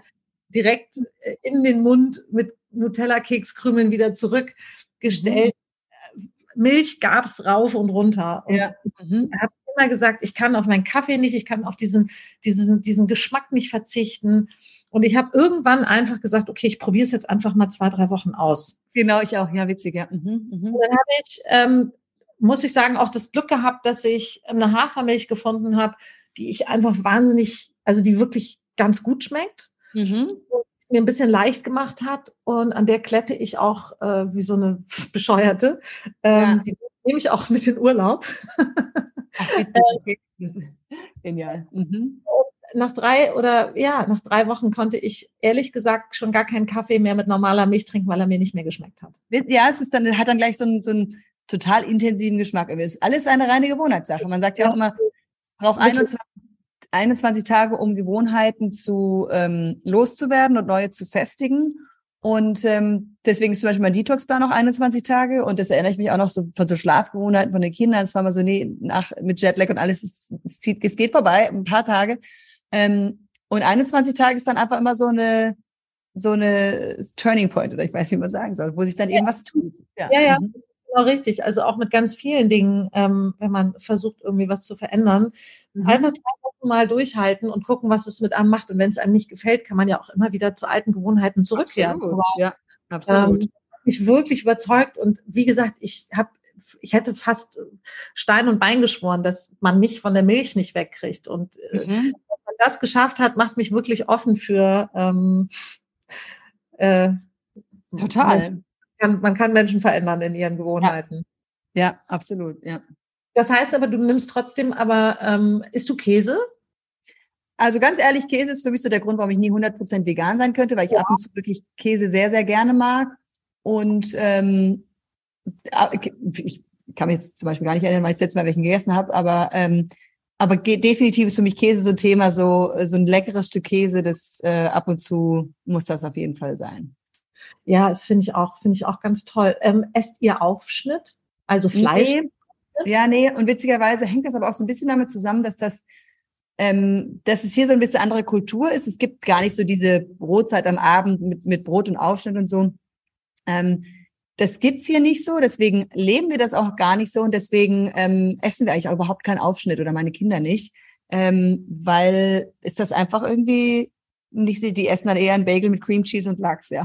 direkt in den Mund mit Nutella-Kekskrümeln wieder zurückgestellt. Milch gab's rauf und runter. Und ich habe immer gesagt, ich kann auf meinen Kaffee nicht, ich kann auf diesen Geschmack nicht verzichten. Und ich habe irgendwann einfach gesagt, okay, ich probiere es jetzt einfach mal 2-3 Wochen aus. Genau, ich auch. Ja, witzig, ja. Und dann habe ich, muss ich sagen, auch das Glück gehabt, dass ich eine Hafermilch gefunden habe, die ich einfach wahnsinnig, also die wirklich ganz gut schmeckt. Und mir ein bisschen leicht gemacht hat. Und an der klette ich auch wie so eine Bescheuerte. Die nehme ich auch mit in Urlaub. Ach, genial. Nach 3 Wochen konnte ich ehrlich gesagt schon gar keinen Kaffee mehr mit normaler Milch trinken, weil er mir nicht mehr geschmeckt hat. Ja, hat dann gleich so einen total intensiven Geschmack. Es ist alles eine reine Gewohnheitssache. Man sagt ja auch immer, braucht 21 Tage, um Gewohnheiten loszuwerden und neue zu festigen. Und deswegen ist zum Beispiel mein Detox-Plan auch 21 Tage. Und das erinnere ich mich auch noch so von so Schlafgewohnheiten von den Kindern. Es war mal so, mit Jetlag und alles, es geht vorbei, ein paar Tage. Und 21 Tage ist dann einfach immer so eine Turning Point, oder ich weiß nicht, wie man sagen soll, wo sich dann eben was tut. Ja. Genau richtig. Also auch mit ganz vielen Dingen, wenn man versucht, irgendwie was zu verändern. Einfach 3 Wochen mal durchhalten und gucken, was es mit einem macht. Und wenn es einem nicht gefällt, kann man ja auch immer wieder zu alten Gewohnheiten zurückkehren. Absolut. Ja, absolut. Mich wirklich überzeugt. Und wie gesagt, ich hätte fast Stein und Bein geschworen, dass man mich von der Milch nicht wegkriegt. Und wenn man das geschafft hat, macht mich wirklich offen für total. Man kann Menschen verändern in ihren Gewohnheiten. Ja, absolut, ja. Das heißt aber, du nimmst trotzdem, isst du Käse? Also ganz ehrlich, Käse ist für mich so der Grund, warum ich nie 100% vegan sein könnte, weil ich ab und zu wirklich Käse sehr, sehr gerne mag. Und ich kann mich jetzt zum Beispiel gar nicht erinnern, weil ich das letzte Mal welchen gegessen habe, aber definitiv ist für mich Käse so ein Thema, so ein leckeres Stück Käse, das ab und zu muss das auf jeden Fall sein. Ja, das finde ich auch ganz toll. Esst ihr Aufschnitt? Also Fleisch? Nee. Und witzigerweise hängt das aber auch so ein bisschen damit zusammen, dass es hier so ein bisschen andere Kultur ist. Es gibt gar nicht so diese Brotzeit am Abend mit Brot und Aufschnitt und so. Das gibt's hier nicht so. Deswegen leben wir das auch gar nicht so. Und deswegen essen wir eigentlich auch überhaupt keinen Aufschnitt oder meine Kinder nicht. Weil ist das einfach irgendwie nicht, die essen dann eher einen Bagel mit Cream Cheese und Lachs, ja.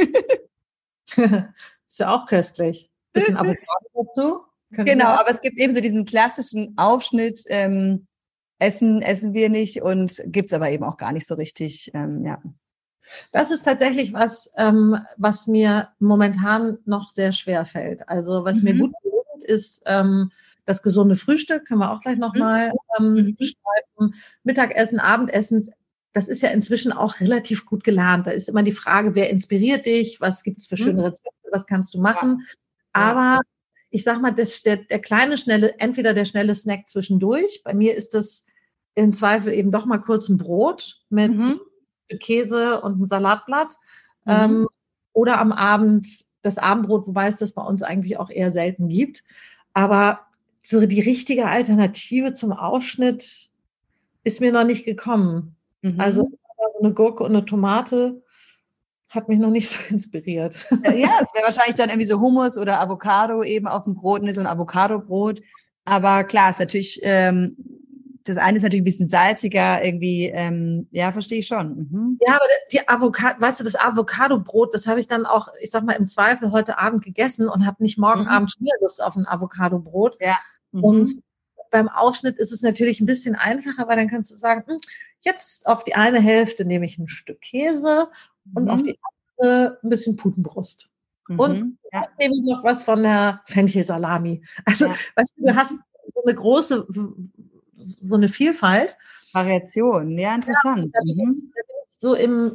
Ist ja auch köstlich. Bisschen Avocado dazu. Genau, aber es gibt eben so diesen klassischen Aufschnitt, essen wir nicht und gibt's aber eben auch gar nicht so richtig, ja. Das ist tatsächlich was mir momentan noch sehr schwer fällt. Also was mir gut gelingt, ist das gesunde Frühstück, können wir auch gleich nochmal beschreiben. Mittagessen, Abendessen. Das ist ja inzwischen auch relativ gut gelernt. Da ist immer die Frage, wer inspiriert dich? Was gibt es für schöne Rezepte? Was kannst du machen? Ja. Aber ich sag mal, der kleine, entweder der schnelle Snack zwischendurch. Bei mir ist das im Zweifel eben doch mal kurz ein Brot mit Käse und ein Salatblatt. Oder am Abend das Abendbrot, wobei es das bei uns eigentlich auch eher selten gibt. Aber so die richtige Alternative zum Aufschnitt ist mir noch nicht gekommen. Also so eine Gurke und eine Tomate hat mich noch nicht so inspiriert. Ja, es wäre wahrscheinlich dann irgendwie so Hummus oder Avocado eben auf dem Brot, so ein Avocado-Brot. Aber klar, ist natürlich, das eine ist natürlich ein bisschen salziger irgendwie, ja, verstehe ich schon. Ja, aber das Avocado-Brot, das habe ich dann auch, ich sag mal, im Zweifel heute Abend gegessen und habe nicht morgen Abend schon wieder Lust auf ein Avocado-Brot. Ja. Und beim Aufschnitt ist es natürlich ein bisschen einfacher, weil dann kannst du sagen, jetzt auf die eine Hälfte nehme ich ein Stück Käse und auf die andere ein bisschen Putenbrust. Und dann nehme ich noch was von der Fenchelsalami. Also, weißt du hast so eine große, so eine Vielfalt. Variation, ja, interessant. Da bin ich so im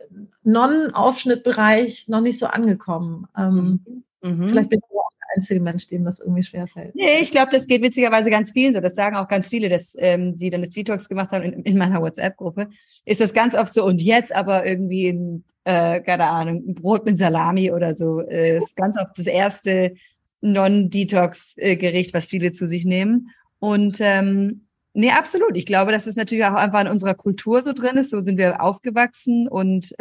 Non-Aufschnittbereich noch nicht so angekommen. Vielleicht bin ich auch der einzige Mensch, dem das irgendwie schwerfällt. Nee, ich glaube, das geht witzigerweise ganz vielen so. Das sagen auch ganz viele, die dann das Detox gemacht haben in meiner WhatsApp-Gruppe. Ist das ganz oft so, und jetzt aber irgendwie keine Ahnung, ein Brot mit Salami oder so. Ist ganz oft das erste Non-Detox-Gericht, was viele zu sich nehmen. Und Nee, absolut. Ich glaube, dass es natürlich auch einfach in unserer Kultur so drin ist. So sind wir aufgewachsen und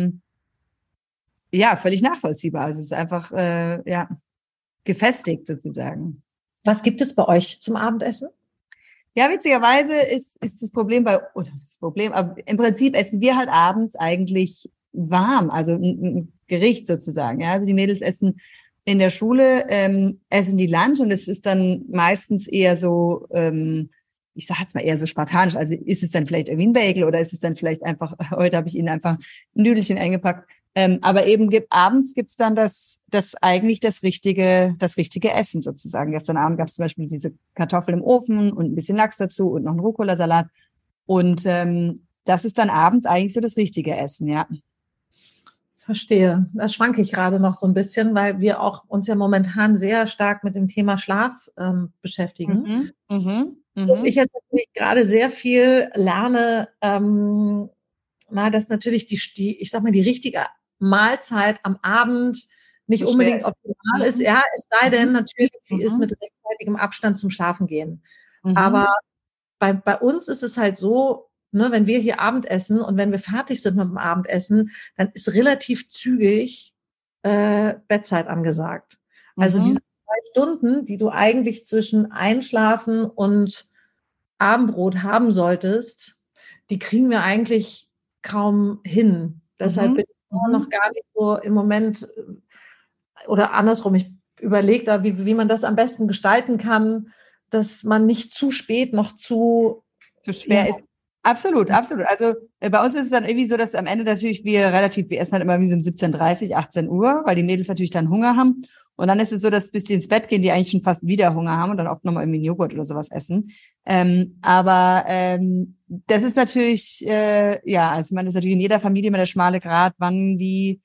ja, völlig nachvollziehbar. Also es ist einfach ja gefestigt sozusagen. Was gibt es bei euch zum Abendessen? Ja, witzigerweise ist das Problem oder das Problem, aber im Prinzip essen wir halt abends eigentlich warm, also ein Gericht sozusagen. Ja, also die Mädels essen in der Schule, essen die Lunch und es ist dann meistens eher so, ich sag jetzt mal eher so spartanisch. Also ist es dann vielleicht irgendwie ein Bagel oder ist es dann vielleicht einfach, heute habe ich ihnen einfach ein Nüdelchen eingepackt. Aber eben abends gibt's dann das eigentlich das richtige Essen sozusagen. Gestern Abend gab's zum Beispiel diese Kartoffeln im Ofen und ein bisschen Lachs dazu und noch einen Rucola-Salat. Und das ist dann abends eigentlich so das richtige Essen, ja. Verstehe. Da schwanke ich gerade noch so ein bisschen, weil wir auch uns ja momentan sehr stark mit dem Thema Schlaf beschäftigen. Und ich jetzt natürlich gerade sehr viel lerne, dass natürlich ich sag mal, die richtige Mahlzeit am Abend nicht so unbedingt optimal ist. Ja, es sei denn natürlich, sie ist mit rechtzeitigem Abstand zum Schlafen gehen. Aber bei uns ist es halt so, ne, wenn wir hier Abendessen und wenn wir fertig sind mit dem Abendessen, dann ist relativ zügig Bettzeit angesagt. Also diese 2 Stunden, die du eigentlich zwischen Einschlafen und Abendbrot haben solltest, die kriegen wir eigentlich kaum hin. Deshalb bin ich noch gar nicht so im Moment oder andersrum. Ich überlege da, wie man das am besten gestalten kann, dass man nicht zu spät noch zu schwer ist. Absolut, absolut. Also bei uns ist es dann irgendwie so, dass am Ende natürlich wir essen halt immer wie so um 17:30, 18 Uhr, weil die Mädels natürlich dann Hunger haben. Und dann ist es so, dass bis die ins Bett gehen, die eigentlich schon fast wieder Hunger haben und dann oft nochmal irgendwie einen Joghurt oder sowas essen. Aber das ist natürlich, ja, also ich meine, das ist natürlich in jeder Familie immer der schmale Grat, wann, wie,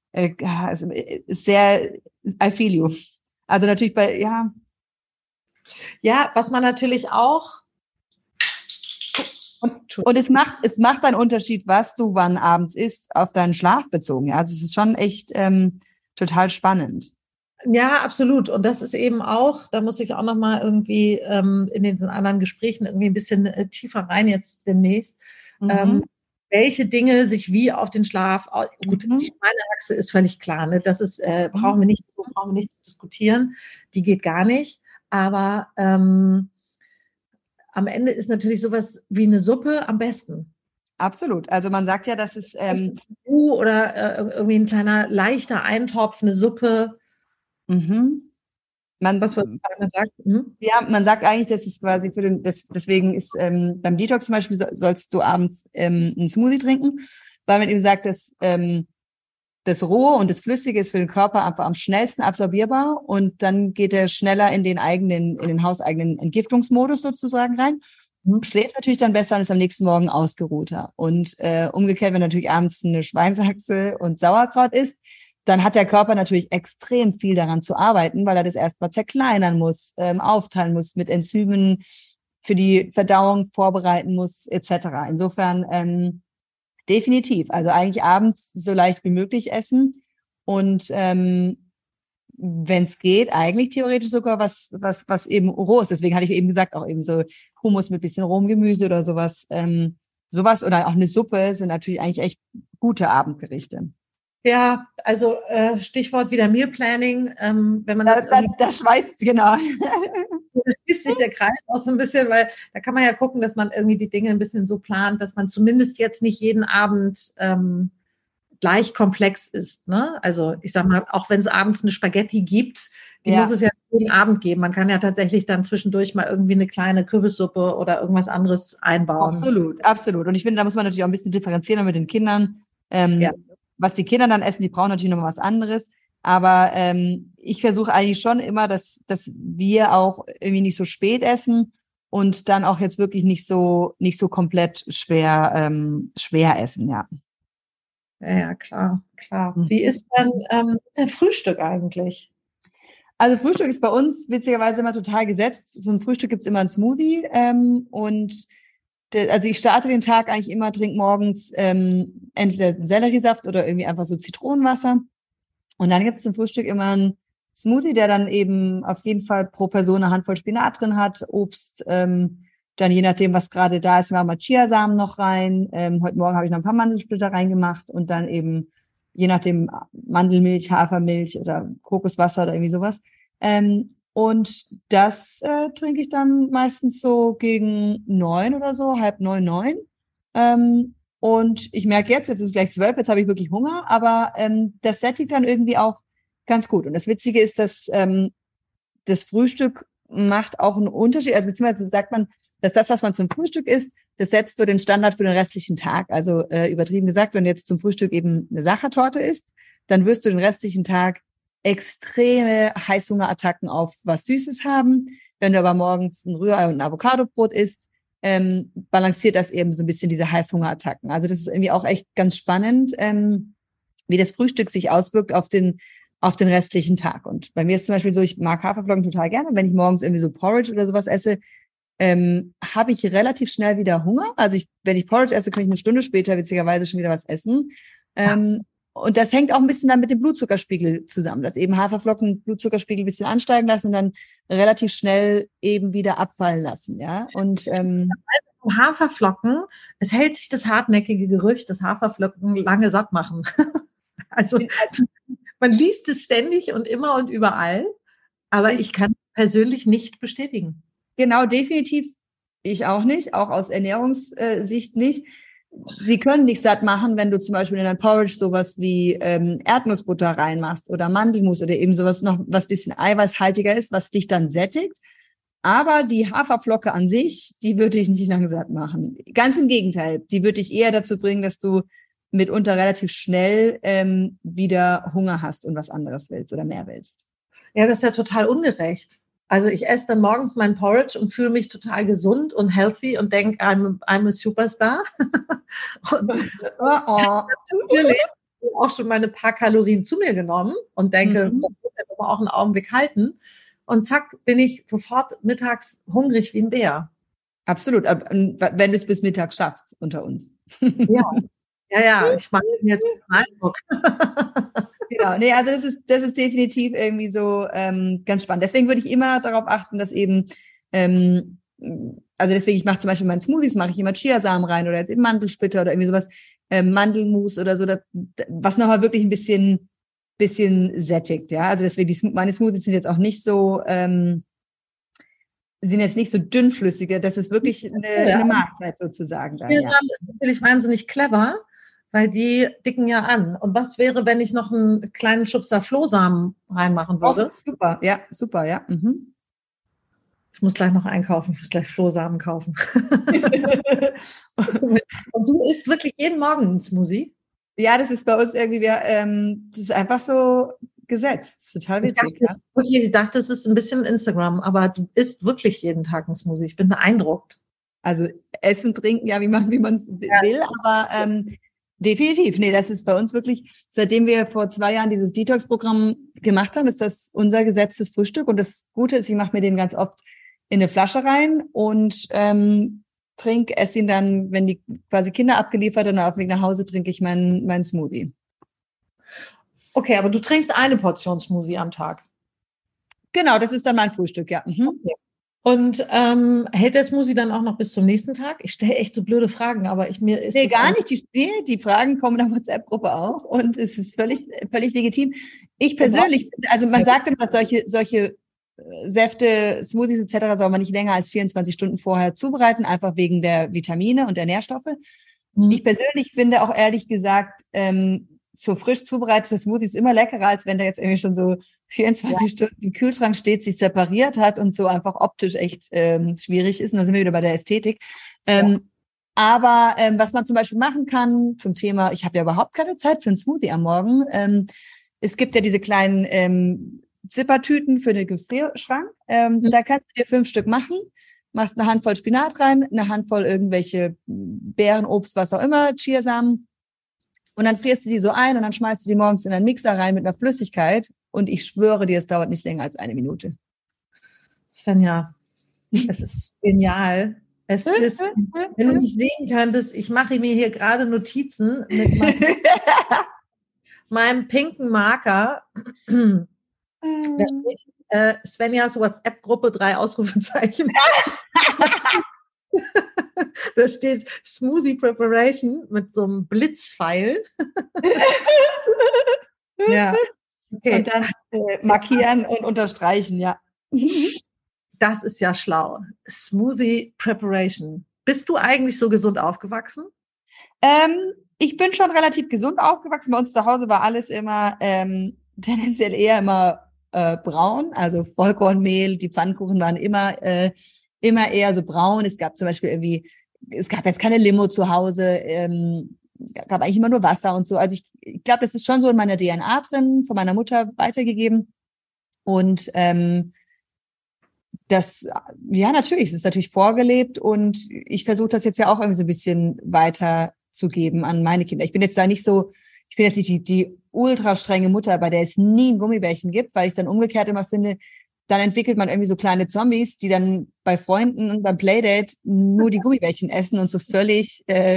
ist sehr, I feel you. Also natürlich Ja, was man natürlich auch und es macht einen Unterschied, was du wann abends isst, auf deinen Schlaf bezogen. Ja, also es ist schon echt total spannend. Ja, absolut. Und das ist eben auch, da muss ich auch noch mal irgendwie in den anderen Gesprächen irgendwie ein bisschen tiefer rein jetzt demnächst, welche Dinge sich wie auf den Schlaf, gut, die Schweineachse ist völlig klar, ne? Das ist, brauchen wir nicht zu diskutieren, die geht gar nicht. Aber am Ende ist natürlich sowas wie eine Suppe am besten. Absolut. Also man sagt ja, dass es oder irgendwie ein kleiner leichter Eintopf, eine Suppe. Was man sagt. Ja, man sagt eigentlich, dass es quasi deswegen ist beim Detox zum Beispiel sollst du abends einen Smoothie trinken, weil man eben sagt, dass das Rohe und das Flüssige ist für den Körper einfach am schnellsten absorbierbar und dann geht er schneller in den hauseigenen Entgiftungsmodus sozusagen rein. Schläft natürlich dann besser und ist am nächsten Morgen ausgeruhter. Und umgekehrt, wenn natürlich abends eine Schweinshaxe und Sauerkraut isst, dann hat der Körper natürlich extrem viel daran zu arbeiten, weil er das erstmal zerkleinern muss, aufteilen muss, mit Enzymen für die Verdauung vorbereiten muss, etc. Insofern definitiv. Also eigentlich abends so leicht wie möglich essen und wenn es geht, eigentlich theoretisch sogar was eben roh ist. Deswegen hatte ich eben gesagt, auch eben so Hummus mit bisschen rohem Gemüse oder sowas. Sowas oder auch eine Suppe sind natürlich eigentlich echt gute Abendgerichte. Ja, also Stichwort wieder Meal Planning, wenn man das schweißt, genau. Da schließt sich der Kreis auch so ein bisschen, weil da kann man ja gucken, dass man irgendwie die Dinge ein bisschen so plant, dass man zumindest jetzt nicht jeden Abend gleich komplex ist. Ne? Also ich sag mal, auch wenn es abends eine Spaghetti gibt, die muss es ja jeden Abend geben. Man kann ja tatsächlich dann zwischendurch mal irgendwie eine kleine Kürbissuppe oder irgendwas anderes einbauen. Absolut, absolut. Und ich finde, da muss man natürlich auch ein bisschen differenzieren mit den Kindern. Was die Kinder dann essen, die brauchen natürlich noch mal was anderes. Aber ich versuche eigentlich schon immer, dass wir auch irgendwie nicht so spät essen und dann auch jetzt wirklich nicht so komplett schwer essen, ja. Ja, klar. Wie ist denn Frühstück eigentlich? Also Frühstück ist bei uns witzigerweise immer total gesetzt. Zum Frühstück gibt's immer einen Smoothie also ich starte den Tag eigentlich immer, trinke morgens entweder einen Selleriesaft oder irgendwie einfach so Zitronenwasser. Und dann gibt's zum Frühstück immer einen Smoothie, der dann eben auf jeden Fall pro Person eine Handvoll Spinat drin hat, Obst, Dann je nachdem, was gerade da ist, machen wir Chiasamen noch rein. Heute Morgen habe ich noch ein paar Mandelsplitter reingemacht und dann eben je nachdem Mandelmilch, Hafermilch oder Kokoswasser oder irgendwie sowas. Und das trinke ich dann meistens so gegen 9 oder so, 8:30, 9. Und ich merke jetzt ist es gleich 12, jetzt habe ich wirklich Hunger, aber das sättigt dann irgendwie auch ganz gut. Und das Witzige ist, dass das Frühstück macht auch einen Unterschied. Also beziehungsweise sagt man, dass das, was man zum Frühstück isst, das setzt so den Standard für den restlichen Tag. Also übertrieben gesagt, wenn du jetzt zum Frühstück eben eine Sachertorte isst, dann wirst du den restlichen Tag extreme Heißhungerattacken auf was Süßes haben. Wenn du aber morgens ein Rührei und ein Avocadobrot isst, balanciert das eben so ein bisschen diese Heißhungerattacken. Also das ist irgendwie auch echt ganz spannend, wie das Frühstück sich auswirkt auf den restlichen Tag. Und bei mir ist zum Beispiel so, ich mag Haferflocken total gerne. Wenn ich morgens irgendwie so Porridge oder sowas esse, habe ich relativ schnell wieder Hunger. Also wenn ich Porridge esse, kann ich eine Stunde später witzigerweise schon wieder was essen. Und das hängt auch ein bisschen dann mit dem Blutzuckerspiegel zusammen, dass eben Haferflocken Blutzuckerspiegel ein bisschen ansteigen lassen und dann relativ schnell eben wieder abfallen lassen, ja. Und Haferflocken, es hält sich das hartnäckige Gerücht, dass Haferflocken lange satt machen. Also man liest es ständig und immer und überall, aber ich kann es persönlich nicht bestätigen. Genau, definitiv. Ich auch nicht, auch aus Ernährungssicht nicht. Sie können nicht satt machen, wenn du zum Beispiel in dein Porridge sowas wie Erdnussbutter reinmachst oder Mandelmus oder eben sowas noch, was bisschen eiweißhaltiger ist, was dich dann sättigt. Aber die Haferflocke an sich, die würde ich nicht lang satt machen. Ganz im Gegenteil, die würde dich eher dazu bringen, dass du mitunter relativ schnell wieder Hunger hast und was anderes willst oder mehr willst. Ja, das ist ja total ungerecht. Also ich esse dann morgens mein Porridge und fühle mich total gesund und healthy und denke, I'm a Superstar. Und natürlich auch schon meine paar Kalorien zu mir genommen und denke, das muss jetzt aber auch einen Augenblick halten. Und zack, bin ich sofort mittags hungrig wie ein Bär. Absolut, wenn du es bis Mittag schaffst unter uns. Ja, ich mache mir jetzt einen Eindruck. Genau, nee, also das ist definitiv irgendwie so ganz spannend. Deswegen würde ich immer darauf achten, dass eben, also deswegen, ich mache zum Beispiel meinen Smoothies, mache ich immer Chiasamen rein oder jetzt eben Mandelsplitter oder irgendwie sowas, Mandelmus oder so, was nochmal wirklich ein bisschen sättigt, ja. Also deswegen, meine Smoothies sind jetzt auch nicht so, sind jetzt nicht so dünnflüssige, das ist wirklich eine Mahlzeit sozusagen. Chiasamen ist natürlich wahnsinnig clever, weil die dicken ja an. Und was wäre, wenn ich noch einen kleinen Schubser Flohsamen reinmachen würde? Oh, super, ja, super, ja. Mhm. Ich muss gleich noch einkaufen, ich muss gleich Flohsamen kaufen. Und du isst wirklich jeden Morgen einen Smoothie? Ja, das ist bei uns irgendwie, das ist einfach so gesetzt. Total witzig. Ich dachte, es ist ein bisschen Instagram, aber du isst wirklich jeden Tag einen Smoothie. Ich bin beeindruckt. Also essen, trinken, ja, wie man es will, aber definitiv. Nee, das ist bei uns wirklich, seitdem wir vor 2 Jahren dieses Detox-Programm gemacht haben, ist das unser gesetztes Frühstück. Und das Gute ist, ich mache mir den ganz oft in eine Flasche rein und esse ihn dann, wenn die quasi Kinder abgeliefert und auf dem Weg nach Hause trinke ich meinen Smoothie. Okay, aber du trinkst eine Portion Smoothie am Tag? Genau, das ist dann mein Frühstück, ja. Mhm. Okay. Und hält der Smoothie dann auch noch bis zum nächsten Tag? Ich stelle echt so blöde Fragen, aber mir ist nee, gar nicht. Die Fragen kommen in der WhatsApp-Gruppe auch und es ist völlig legitim. Ich persönlich, also man sagt immer, dass solche Säfte, Smoothies etc. soll man nicht länger als 24 Stunden vorher zubereiten, einfach wegen der Vitamine und der Nährstoffe. Ich persönlich finde auch ehrlich gesagt, so frisch zubereitete Smoothies immer leckerer, als wenn der jetzt irgendwie schon so 24 Stunden im Kühlschrank steht, sich separiert hat und so einfach optisch echt schwierig ist. Und da sind wir wieder bei der Ästhetik. Aber was man zum Beispiel machen kann zum Thema, ich habe ja überhaupt keine Zeit für einen Smoothie am Morgen. Es gibt ja diese kleinen Zippertüten für den Gefrierschrank. Da kannst du dir 5 Stück machen, machst eine Handvoll Spinat rein, eine Handvoll irgendwelche Beeren, Obst, was auch immer, Chiasamen. Und dann frierst du die so ein und dann schmeißt du die morgens in einen Mixer rein mit einer Flüssigkeit. Und ich schwöre dir, es dauert nicht länger als 1 Minute. Svenja, es ist genial. Es ist, wenn du mich sehen könntest, ich mache mir hier gerade Notizen mit meinem pinken Marker. Da steht Svenjas WhatsApp-Gruppe 3 Ausrufezeichen. Da steht Smoothie Preparation mit so einem Blitzpfeil. Ja. Okay. Und dann markieren und unterstreichen, ja. Das ist ja schlau. Smoothie Preparation. Bist du eigentlich so gesund aufgewachsen? Ich bin schon relativ gesund aufgewachsen. Bei uns zu Hause war alles immer tendenziell eher immer braun, also Vollkornmehl. Die Pfannkuchen waren immer eher so braun. Es gab zum Beispiel es gab jetzt keine Limo zu Hause, gab eigentlich immer nur Wasser und so. Also ich glaube, das ist schon so in meiner DNA drin, von meiner Mutter weitergegeben. Und das, ja, natürlich, es ist natürlich vorgelebt und ich versuche das jetzt ja auch irgendwie so ein bisschen weiterzugeben an meine Kinder. Ich bin jetzt nicht die ultra strenge Mutter, bei der es nie ein Gummibärchen gibt, weil ich dann umgekehrt immer finde, dann entwickelt man irgendwie so kleine Zombies, die dann bei Freunden und beim Playdate nur die Gummibärchen essen und so völlige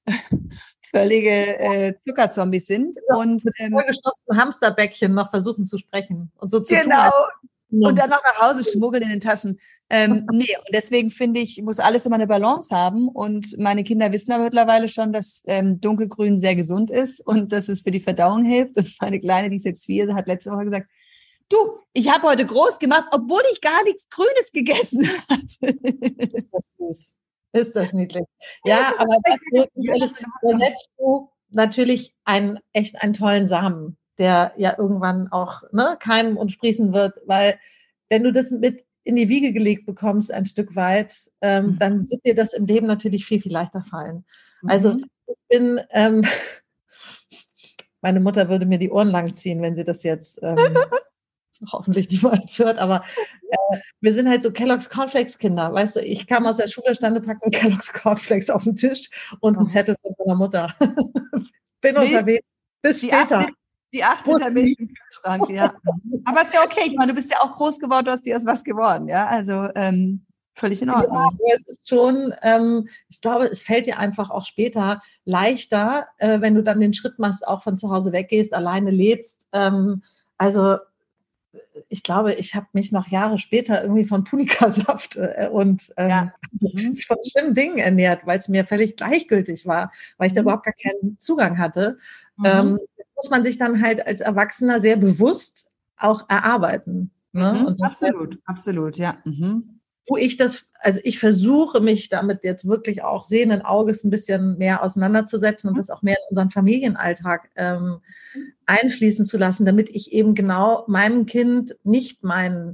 Zuckerzombies sind. Ja, und mit vollgestopften Hamsterbäckchen noch versuchen zu sprechen und so zu tun. Genau. Und dann noch nach Hause schmuggeln in den Taschen. Und deswegen finde ich, muss alles immer eine Balance haben. Und meine Kinder wissen aber mittlerweile schon, dass Dunkelgrün sehr gesund ist und dass es für die Verdauung hilft. Und meine Kleine, die ist jetzt 4, hat letzte Woche gesagt, du, ich habe heute groß gemacht, obwohl ich gar nichts Grünes gegessen hatte. Ist das süß? Ist das niedlich? Ja, aber da setzt du natürlich echt einen tollen Samen, der ja irgendwann auch keimen und sprießen wird, weil wenn du das mit in die Wiege gelegt bekommst, ein Stück weit, dann wird dir das im Leben natürlich viel, viel leichter fallen. Also ich bin, meine Mutter würde mir die Ohren lang ziehen, wenn sie das jetzt hoffentlich niemals hört, aber wir sind halt so Kellogg's Cornflakes Kinder, weißt du, ich kam aus der Schule, stand packen Kellogg's Cornflakes auf den Tisch und einen Zettel von meiner Mutter. Bin unterwegs. Bis später. Die 8 Liter Milch im Kühlschrank, ja. Aber ist ja okay, ich meine, du bist ja auch groß geworden, du hast dir aus was geworden, ja, also völlig in Ordnung. Ja, es ist schon, ich glaube, es fällt dir einfach auch später leichter, wenn du dann den Schritt machst, auch von zu Hause weggehst, alleine lebst, also ich glaube, ich habe mich noch Jahre später irgendwie von Punika-Saft und von schlimmen Dingen ernährt, weil es mir völlig gleichgültig war, weil ich da überhaupt gar keinen Zugang hatte. Muss man sich dann halt als Erwachsener sehr bewusst auch erarbeiten. Ne? Und absolut, ja. Ich versuche mich damit jetzt wirklich auch sehenden Auges ein bisschen mehr auseinanderzusetzen und das auch mehr in unseren Familienalltag einfließen zu lassen, damit ich eben genau meinem Kind nicht meine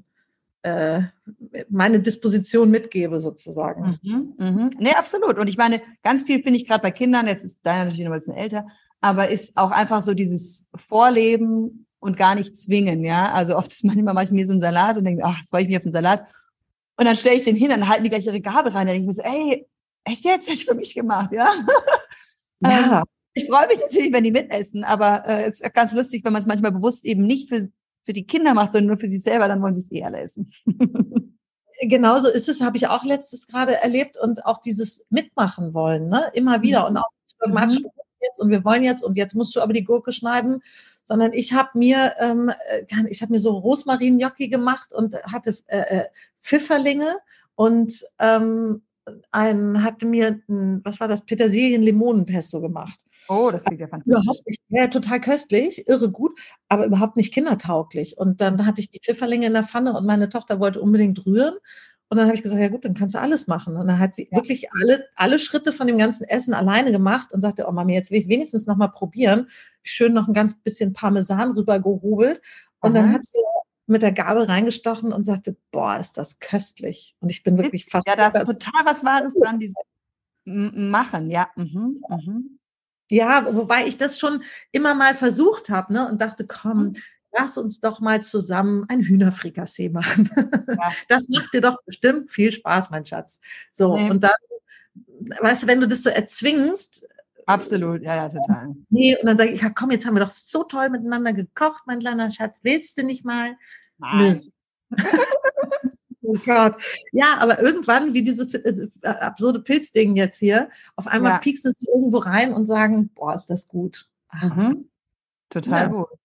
Disposition mitgebe, sozusagen. Nee, absolut. Und ich meine, ganz viel finde ich gerade bei Kindern, jetzt ist deiner natürlich noch ein bisschen älter, aber ist auch einfach so dieses Vorleben und gar nicht zwingen, ja. Also oft ist manchmal mache ich mir so einen Salat und denke, ach, freue ich mich auf den Salat. Und dann stelle ich den hin, dann halten die gleich ihre Gabel rein. Dann denke ich mir so, ey, echt jetzt? Hätte ich für mich gemacht, ja? Ja. Ich freue mich natürlich, wenn die mitessen, aber es ist ganz lustig, wenn man es manchmal bewusst eben nicht für die Kinder macht, sondern nur für sich selber, dann wollen sie es eh alle essen. Genauso ist es, habe ich auch letztes gerade erlebt und auch dieses Mitmachen wollen, ne? Immer wieder und auch pragmatisch jetzt und wir wollen jetzt und jetzt musst du aber die Gurke schneiden, sondern ich habe mir so Rosmarin-Gnocchi gemacht und hatte Pfifferlinge und hatte mir Petersilien-Limonen-Pesto gemacht. Oh, das klingt ja fantastisch. Ja, total köstlich, irre gut, aber überhaupt nicht kindertauglich. Und dann hatte ich die Pfifferlinge in der Pfanne und meine Tochter wollte unbedingt rühren. Und dann habe ich gesagt, ja gut, dann kannst du alles machen. Und dann hat sie wirklich alle Schritte von dem ganzen Essen alleine gemacht und sagte, oh Mami, jetzt will ich wenigstens noch mal probieren. Schön noch ein ganz bisschen Parmesan rübergehobelt. Und dann hat sie mit der Gabel reingestochen und sagte, boah, ist das köstlich. Und ich bin wirklich fast... Ja, da ist total was Wahres dran, dieses Machen, ja. Ja, wobei ich das schon immer mal versucht habe, ne, und dachte, komm, lass uns doch mal zusammen ein Hühnerfrikassee machen. Ja. Das macht dir doch bestimmt viel Spaß, mein Schatz. So, und dann, weißt du, wenn du das so erzwingst. Absolut, ja, total. Nee, und dann sage ich, ja, komm, jetzt haben wir doch so toll miteinander gekocht, mein kleiner Schatz, willst du nicht mal? Nein. Oh Gott. Ja, aber irgendwann, wie dieses absurde Pilzding jetzt hier, auf einmal pieksen sie irgendwo rein und sagen, boah, ist das gut. Total gut.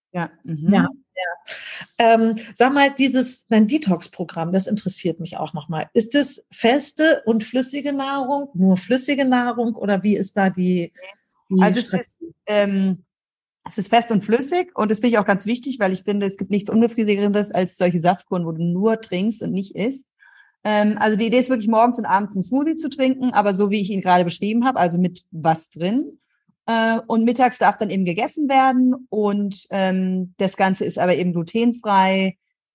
Ja. Ja, sag mal, dein Detox-Programm, das interessiert mich auch nochmal. Ist es feste und flüssige Nahrung, nur flüssige Nahrung oder wie ist da die Also Strategie? es ist fest und flüssig und das finde ich auch ganz wichtig, weil ich finde, es gibt nichts Unbefriedigendes als solche Saftkuren, wo du nur trinkst und nicht isst. Also die Idee ist wirklich morgens und abends einen Smoothie zu trinken, aber so wie ich ihn gerade beschrieben habe, also mit was drin. Und mittags darf dann eben gegessen werden und das Ganze ist aber eben glutenfrei,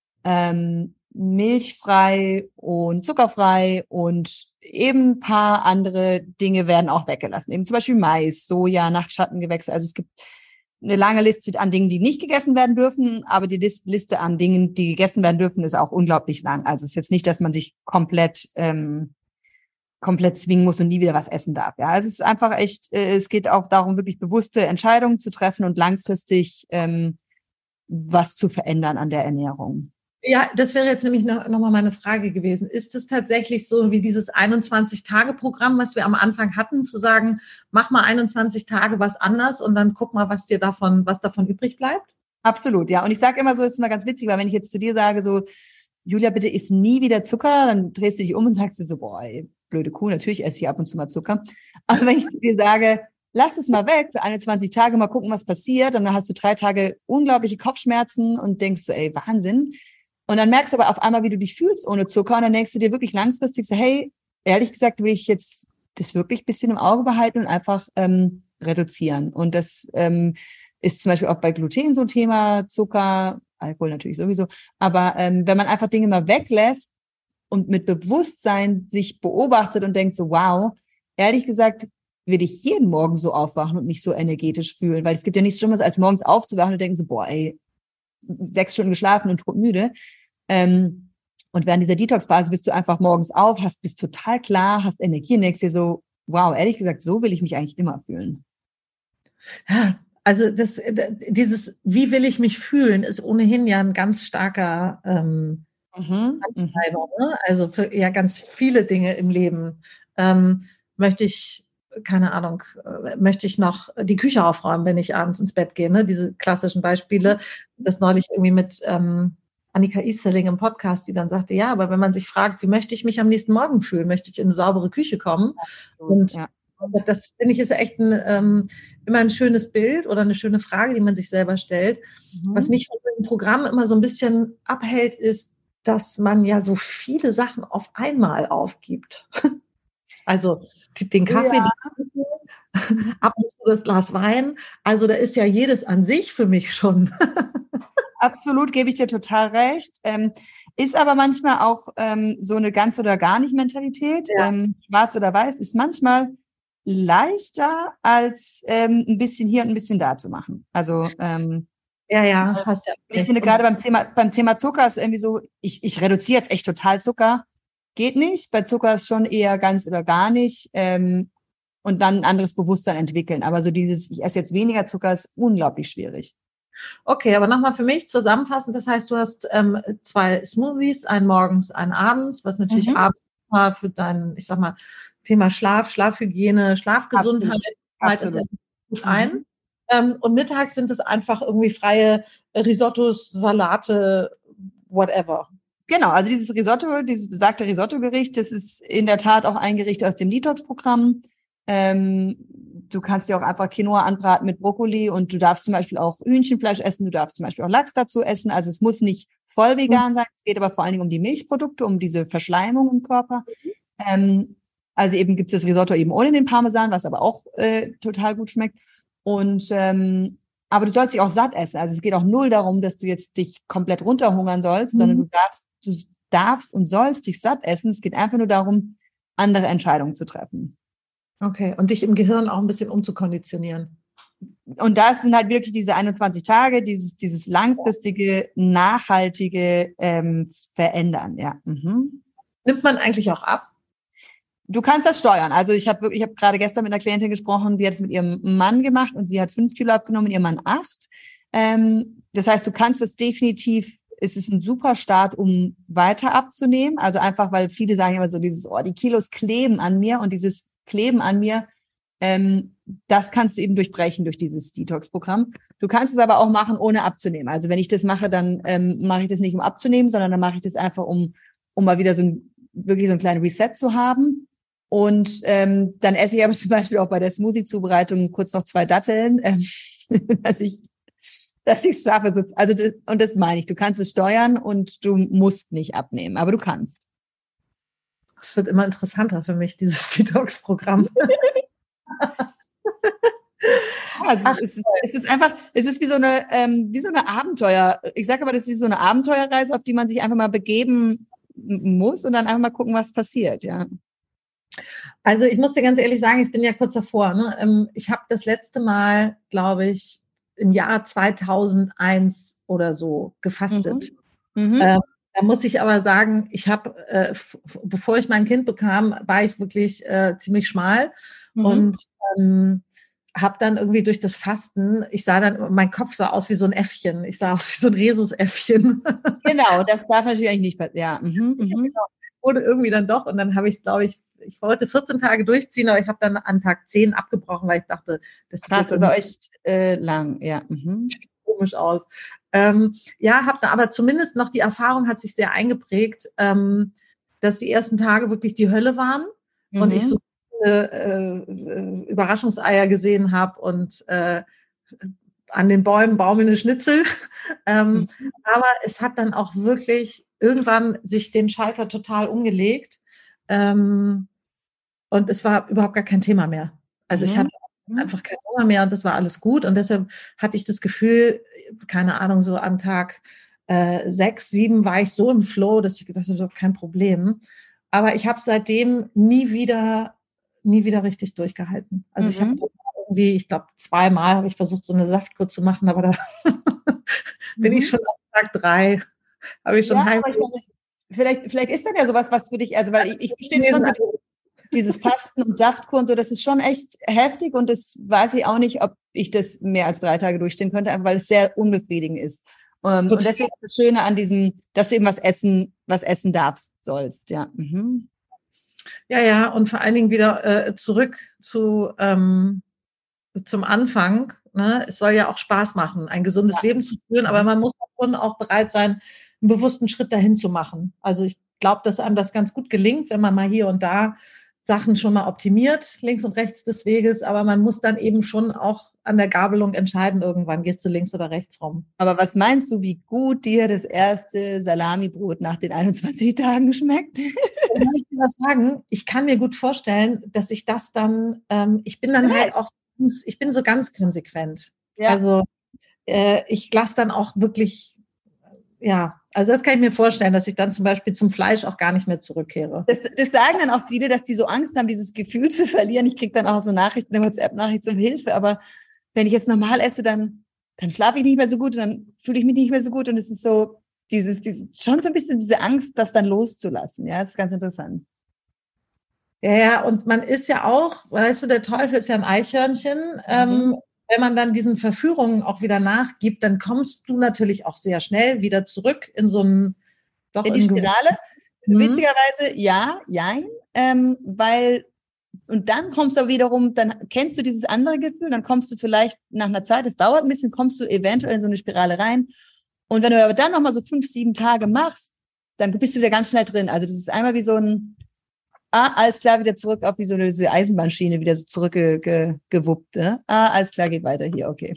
milchfrei und zuckerfrei und eben ein paar andere Dinge werden auch weggelassen. Eben zum Beispiel Mais, Soja, Nachtschattengewächse. Also es gibt eine lange Liste an Dingen, die nicht gegessen werden dürfen, aber die Liste an Dingen, die gegessen werden dürfen, ist auch unglaublich lang. Also es ist jetzt nicht, dass man sich komplett zwingen muss und nie wieder was essen darf. Ja, also es ist einfach echt, es geht auch darum, wirklich bewusste Entscheidungen zu treffen und langfristig was zu verändern an der Ernährung. Ja, das wäre jetzt nämlich noch mal meine Frage gewesen. Ist es tatsächlich so wie dieses 21-Tage-Programm, was wir am Anfang hatten, zu sagen, mach mal 21 Tage was anders und dann guck mal, was davon übrig bleibt? Absolut, ja. Und ich sage immer so, es ist immer ganz witzig, weil wenn ich jetzt zu dir sage, so, Julia, bitte isst nie wieder Zucker, dann drehst du dich um und sagst dir so, boah, ey, blöde Kuh, natürlich esse ich ab und zu mal Zucker. Aber wenn ich zu dir sage, lass es mal weg für 21 Tage, mal gucken, was passiert, und dann hast du 3 Tage unglaubliche Kopfschmerzen und denkst so, ey, Wahnsinn. Und dann merkst du aber auf einmal, wie du dich fühlst ohne Zucker. Und dann denkst du dir wirklich langfristig so, hey, ehrlich gesagt will ich jetzt das wirklich ein bisschen im Auge behalten und einfach reduzieren. Und das ist zum Beispiel auch bei Gluten so ein Thema, Zucker, Alkohol natürlich sowieso. Aber wenn man einfach Dinge mal weglässt und mit Bewusstsein sich beobachtet und denkt so, wow, ehrlich gesagt will ich jeden Morgen so aufwachen und mich so energetisch fühlen. Weil es gibt ja nichts Schlimmeres, als morgens aufzuwachen und denken so, boah, ey, 6 Stunden geschlafen und todmüde. Und während dieser Detox-Phase bist du einfach morgens auf, bist total klar, hast Energie und denkst dir so, wow, ehrlich gesagt, so will ich mich eigentlich immer fühlen. Ja, also dieses, wie will ich mich fühlen, ist ohnehin ja ein ganz starker Antreiber, ne? Also für ja ganz viele Dinge im Leben. Möchte ich noch die Küche aufräumen, wenn ich abends ins Bett gehe, ne? Diese klassischen Beispiele. Das neulich irgendwie mit Annika Easterling im Podcast, die dann sagte, ja, aber wenn man sich fragt, wie möchte ich mich am nächsten Morgen fühlen? Möchte ich in eine saubere Küche kommen? Und das finde ich ist echt immer ein schönes Bild oder eine schöne Frage, die man sich selber stellt. Was mich von dem Programm immer so ein bisschen abhält, ist, dass man ja so viele Sachen auf einmal aufgibt. Also den Kaffee, ab und zu das Glas Wein. Also da ist ja jedes an sich für mich schon. Absolut, gebe ich dir total recht. Ist aber manchmal auch so eine ganz oder gar nicht Mentalität. Ja. Schwarz oder weiß ist manchmal leichter als ein bisschen hier und ein bisschen da zu machen. Also hast ja. Ich finde gerade beim Thema Zucker ist irgendwie so, ich reduziere jetzt echt total Zucker. Geht nicht. Bei Zucker ist schon eher ganz oder gar nicht. Und dann ein anderes Bewusstsein entwickeln. Aber so dieses, ich esse jetzt weniger Zucker, ist unglaublich schwierig. Okay, aber nochmal für mich zusammenfassend. Das heißt, du hast 2 Smoothies, einen morgens, einen abends, was natürlich abends für dein, ich sag mal, Thema Schlafhygiene, Schlafgesundheit ist gut ein. Und mittags sind es einfach irgendwie freie Risottos, Salate, whatever. Genau, also dieses Risotto, dieses besagte Risotto-Gericht, das ist in der Tat auch ein Gericht aus dem Detox-Programm. Du kannst dir auch einfach Quinoa anbraten mit Brokkoli und du darfst zum Beispiel auch Hühnchenfleisch essen, du darfst zum Beispiel auch Lachs dazu essen. Also es muss nicht voll vegan sein, es geht aber vor allen Dingen um die Milchprodukte, um diese Verschleimung im Körper. Also eben gibt es das Risotto eben ohne den Parmesan, was aber auch total gut schmeckt. Und aber du sollst dich auch satt essen. Also es geht auch null darum, dass du jetzt dich komplett runterhungern sollst, sondern du darfst und sollst dich satt essen. Es geht einfach nur darum, andere Entscheidungen zu treffen. Okay, und dich im Gehirn auch ein bisschen umzukonditionieren. Und das sind halt wirklich diese 21 Tage, dieses langfristige, nachhaltige Verändern, ja. Nimmt man eigentlich auch ab? Du kannst das steuern. Also ich habe gerade gestern mit einer Klientin gesprochen, die hat es mit ihrem Mann gemacht und sie hat 5 Kilo abgenommen, ihr Mann 8. Das heißt, du kannst es definitiv, es ist ein super Start, um weiter abzunehmen. Also einfach, weil viele sagen immer so die Kilos kleben an mir und dieses Kleben an mir Das kannst du eben durchbrechen durch dieses Detox-Programm. Du kannst es aber auch machen, ohne abzunehmen. Also wenn ich das mache, dann mache ich das nicht, um abzunehmen, sondern dann mache ich das einfach, um mal wieder wirklich so einen kleinen Reset zu haben. Und dann esse ich aber zum Beispiel auch bei der Smoothie-Zubereitung kurz noch 2 Datteln, dass ich es schaffe. Also und das meine ich. Du kannst es steuern und du musst nicht abnehmen, aber du kannst. Es wird immer interessanter für mich, dieses Detox-Programm. Es ist einfach, es ist wie so eine Abenteuer. Ich sage aber, das ist wie so eine Abenteuerreise, auf die man sich einfach mal begeben muss und dann einfach mal gucken, was passiert, ja. Also ich muss dir ganz ehrlich sagen, ich bin ja kurz davor. Ne? Ich habe das letzte Mal, glaube ich, im Jahr 2001 oder so gefastet. Da muss ich aber sagen, ich habe, bevor ich mein Kind bekam, war ich wirklich ziemlich schmal und habe dann irgendwie durch das Fasten, mein Kopf sah aus wie so ein Äffchen. Ich sah aus wie so ein Rhesusäffchen. Genau, das darf natürlich eigentlich nicht passieren. Ja. Genau. Wurde irgendwie dann doch und dann habe ich, glaube ich wollte 14 Tage durchziehen, aber ich habe dann an Tag 10 abgebrochen, weil ich dachte, das sieht echt lang, ja. Komisch aus. Habe da aber zumindest noch die Erfahrung hat sich sehr eingeprägt, dass die ersten Tage wirklich die Hölle waren und ich so viele Überraschungseier gesehen habe und an den Bäumen baumelnde Schnitzel. Aber es hat dann auch wirklich irgendwann sich den Schalter total umgelegt. Und es war überhaupt gar kein Thema mehr. Also ich hatte einfach keinen Hunger mehr und das war alles gut. Und deshalb hatte ich das Gefühl, keine Ahnung, so am Tag 6, 7 war ich so im Flow, dass ich gedacht habe, das ist kein Problem. Aber ich habe seitdem nie wieder richtig durchgehalten. Also ich habe irgendwie, ich glaube, 2-mal habe ich versucht, so eine Saftkur zu machen, aber da bin ich schon am Tag 3, habe ich schon Vielleicht ist dann ja sowas, was für dich, also weil ich verstehe schon so dieses Fasten und Saftkur und so, das ist schon echt heftig und das weiß ich auch nicht, ob ich das mehr als 3 Tage durchstehen könnte, einfach weil es sehr unbefriedigend ist. Und deswegen ist das Schöne an diesem, dass du eben was essen sollst, ja. Ja, und vor allen Dingen wieder zurück zum Anfang. Ne? Es soll ja auch Spaß machen, ein gesundes Leben zu führen, aber man muss schon auch bereit sein, einen bewussten Schritt dahin zu machen. Also ich glaube, dass einem das ganz gut gelingt, wenn man mal hier und da Sachen schon mal optimiert, links und rechts des Weges, aber man muss dann eben schon auch an der Gabelung entscheiden, irgendwann gehst du links oder rechts rum. Aber was meinst du, wie gut dir das erste Salamibrot nach den 21 Tagen schmeckt? Soll ich dir was sagen? Ich kann mir gut vorstellen, dass ich das dann, ich bin dann halt auch, ich bin so ganz konsequent. Ja. Also ich lasse dann auch wirklich, also das kann ich mir vorstellen, dass ich dann zum Beispiel zum Fleisch auch gar nicht mehr zurückkehre. Das sagen dann auch viele, dass die so Angst haben, dieses Gefühl zu verlieren. Ich kriege dann auch so Nachrichten, eine WhatsApp-Nachricht zum Hilfe, aber wenn ich jetzt normal esse, dann schlafe ich nicht mehr so gut, dann fühle ich mich nicht mehr so gut und es ist so schon so ein bisschen diese Angst, das dann loszulassen. Ja, das ist ganz interessant. Ja, und man ist ja auch, weißt du, der Teufel ist ja ein Eichhörnchen. Wenn man dann diesen Verführungen auch wieder nachgibt, dann kommst du natürlich auch sehr schnell wieder zurück in so einen in die Spirale. Witzigerweise jein, weil und dann kommst du wiederum, dann kennst du dieses andere Gefühl, dann kommst du vielleicht nach einer Zeit, es dauert ein bisschen, kommst du eventuell in so eine Spirale rein. Und wenn du aber dann nochmal so 5, 7 Tage machst, dann bist du wieder ganz schnell drin. Also das ist einmal wie so ein alles klar, wieder zurück auf wie so eine Eisenbahnschiene, wieder so zurückgewuppt. Alles klar, geht weiter hier, okay.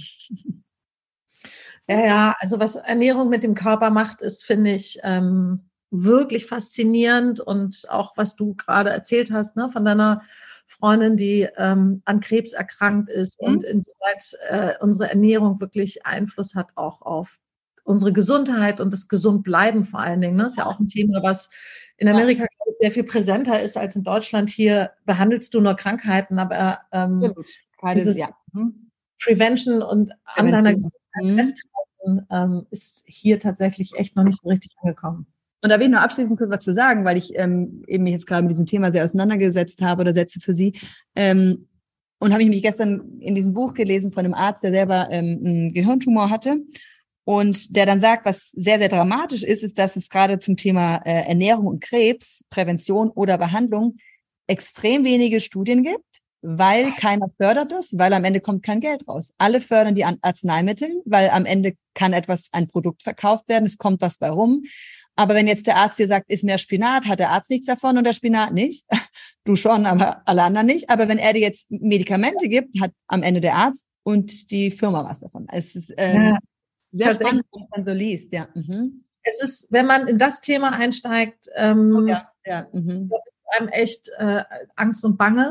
Ja, also was Ernährung mit dem Körper macht, ist, finde ich, wirklich faszinierend. Und auch, was du gerade erzählt hast, ne, von deiner Freundin, die an Krebs erkrankt ist und inwieweit unsere Ernährung wirklich Einfluss hat auch auf unsere Gesundheit und das Gesundbleiben vor allen Dingen. Ne? Das ist ja auch ein Thema, was in Amerika sehr viel präsenter ist als in Deutschland. Hier behandelst du nur Krankheiten, aber dieses Prevention und an deiner Gesundheit festhalten ist hier tatsächlich echt noch nicht so richtig angekommen. Und da will ich noch abschließend kurz was zu sagen, weil ich eben mich jetzt gerade mit diesem Thema sehr auseinandergesetzt habe oder setze für Sie. Und habe ich mich gestern in diesem Buch gelesen von einem Arzt, der selber einen Gehirntumor hatte. Und der dann sagt, was sehr, sehr dramatisch ist, dass es gerade zum Thema Ernährung und Krebs, Prävention oder Behandlung extrem wenige Studien gibt, weil keiner fördert das, weil am Ende kommt kein Geld raus. Alle fördern die Arzneimittel, weil am Ende kann ein Produkt verkauft werden, es kommt was bei rum. Aber wenn jetzt der Arzt dir sagt, iss mehr Spinat, hat der Arzt nichts davon und der Spinat nicht. Du schon, aber alle anderen nicht. Aber wenn er dir jetzt Medikamente gibt, hat am Ende der Arzt und die Firma was davon. Es ist sehr spannend, wenn man so liest. Ja. Mhm. Es ist, wenn man in das Thema einsteigt, wird einem echt Angst und Bange.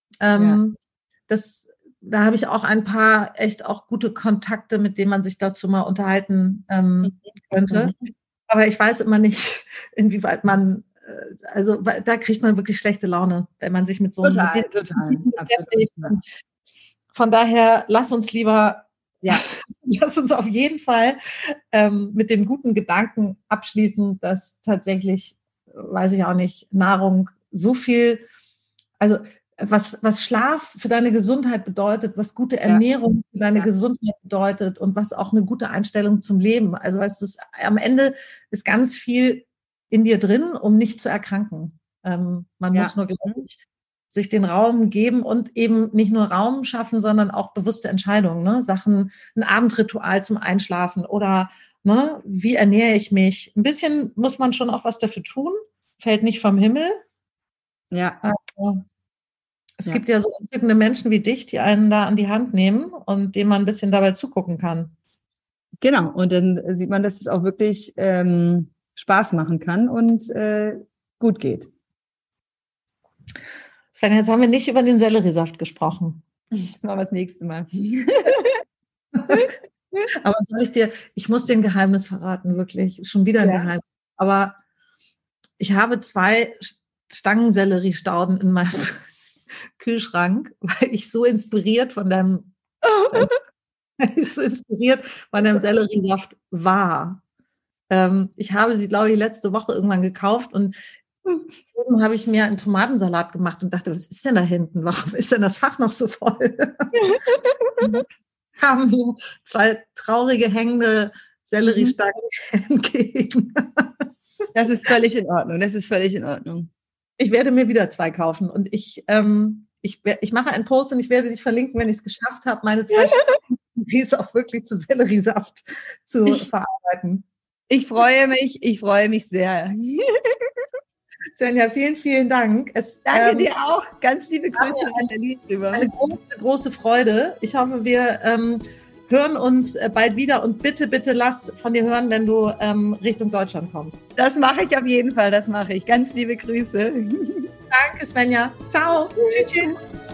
Da habe ich auch ein paar echt auch gute Kontakte, mit denen man sich dazu mal unterhalten könnte. Aber ich weiß immer nicht, inwieweit man, also da kriegt man wirklich schlechte Laune, wenn man sich mit so einem beschäftigt. Von daher, lass uns auf jeden Fall mit dem guten Gedanken abschließen, dass tatsächlich, weiß ich auch nicht, Nahrung so viel, also was Schlaf für deine Gesundheit bedeutet, was gute Ernährung für deine Gesundheit bedeutet und was auch eine gute Einstellung zum Leben. Also weißt du, am Ende ist ganz viel in dir drin, um nicht zu erkranken. Man muss nur, glaube ich, sich den Raum geben und eben nicht nur Raum schaffen, sondern auch bewusste Entscheidungen, ne? Sachen, ein Abendritual zum Einschlafen oder ne, wie ernähre ich mich? Ein bisschen muss man schon auch was dafür tun, fällt nicht vom Himmel. Ja. Also, es gibt ja so entzückende Menschen wie dich, die einen da an die Hand nehmen und denen man ein bisschen dabei zugucken kann. Genau, und dann sieht man, dass es auch wirklich Spaß machen kann und gut geht. Sven, jetzt haben wir nicht über den Selleriesaft gesprochen. Das machen wir das nächste Mal. Aber ich muss dir ein Geheimnis verraten, wirklich, schon wieder ein Geheimnis. Aber ich habe 2 Stangensellerie-Stauden in meinem Kühlschrank, weil ich so inspiriert von deinem Selleriesaft war. Ich habe sie, glaube ich, letzte Woche irgendwann gekauft und oben habe ich mir einen Tomatensalat gemacht und dachte, was ist denn da hinten? Warum ist denn das Fach noch so voll? Haben mir 2 traurige hängende Selleriestangen entgegen. Das ist völlig in Ordnung. Ich werde mir wieder 2 kaufen und ich mache einen Post und ich werde dich verlinken, wenn ich es geschafft habe, meine 2 Stangen auch wirklich zu Selleriesaft zu verarbeiten. Ich freue mich sehr. Svenja, vielen, vielen Dank. Danke dir auch. Ganz liebe Grüße an Berlin rüber. Eine große, große Freude. Ich hoffe, wir hören uns bald wieder und bitte, bitte lass von dir hören, wenn du Richtung Deutschland kommst. Das mache ich auf jeden Fall, Ganz liebe Grüße. Danke, Svenja. Ciao. Tschüss.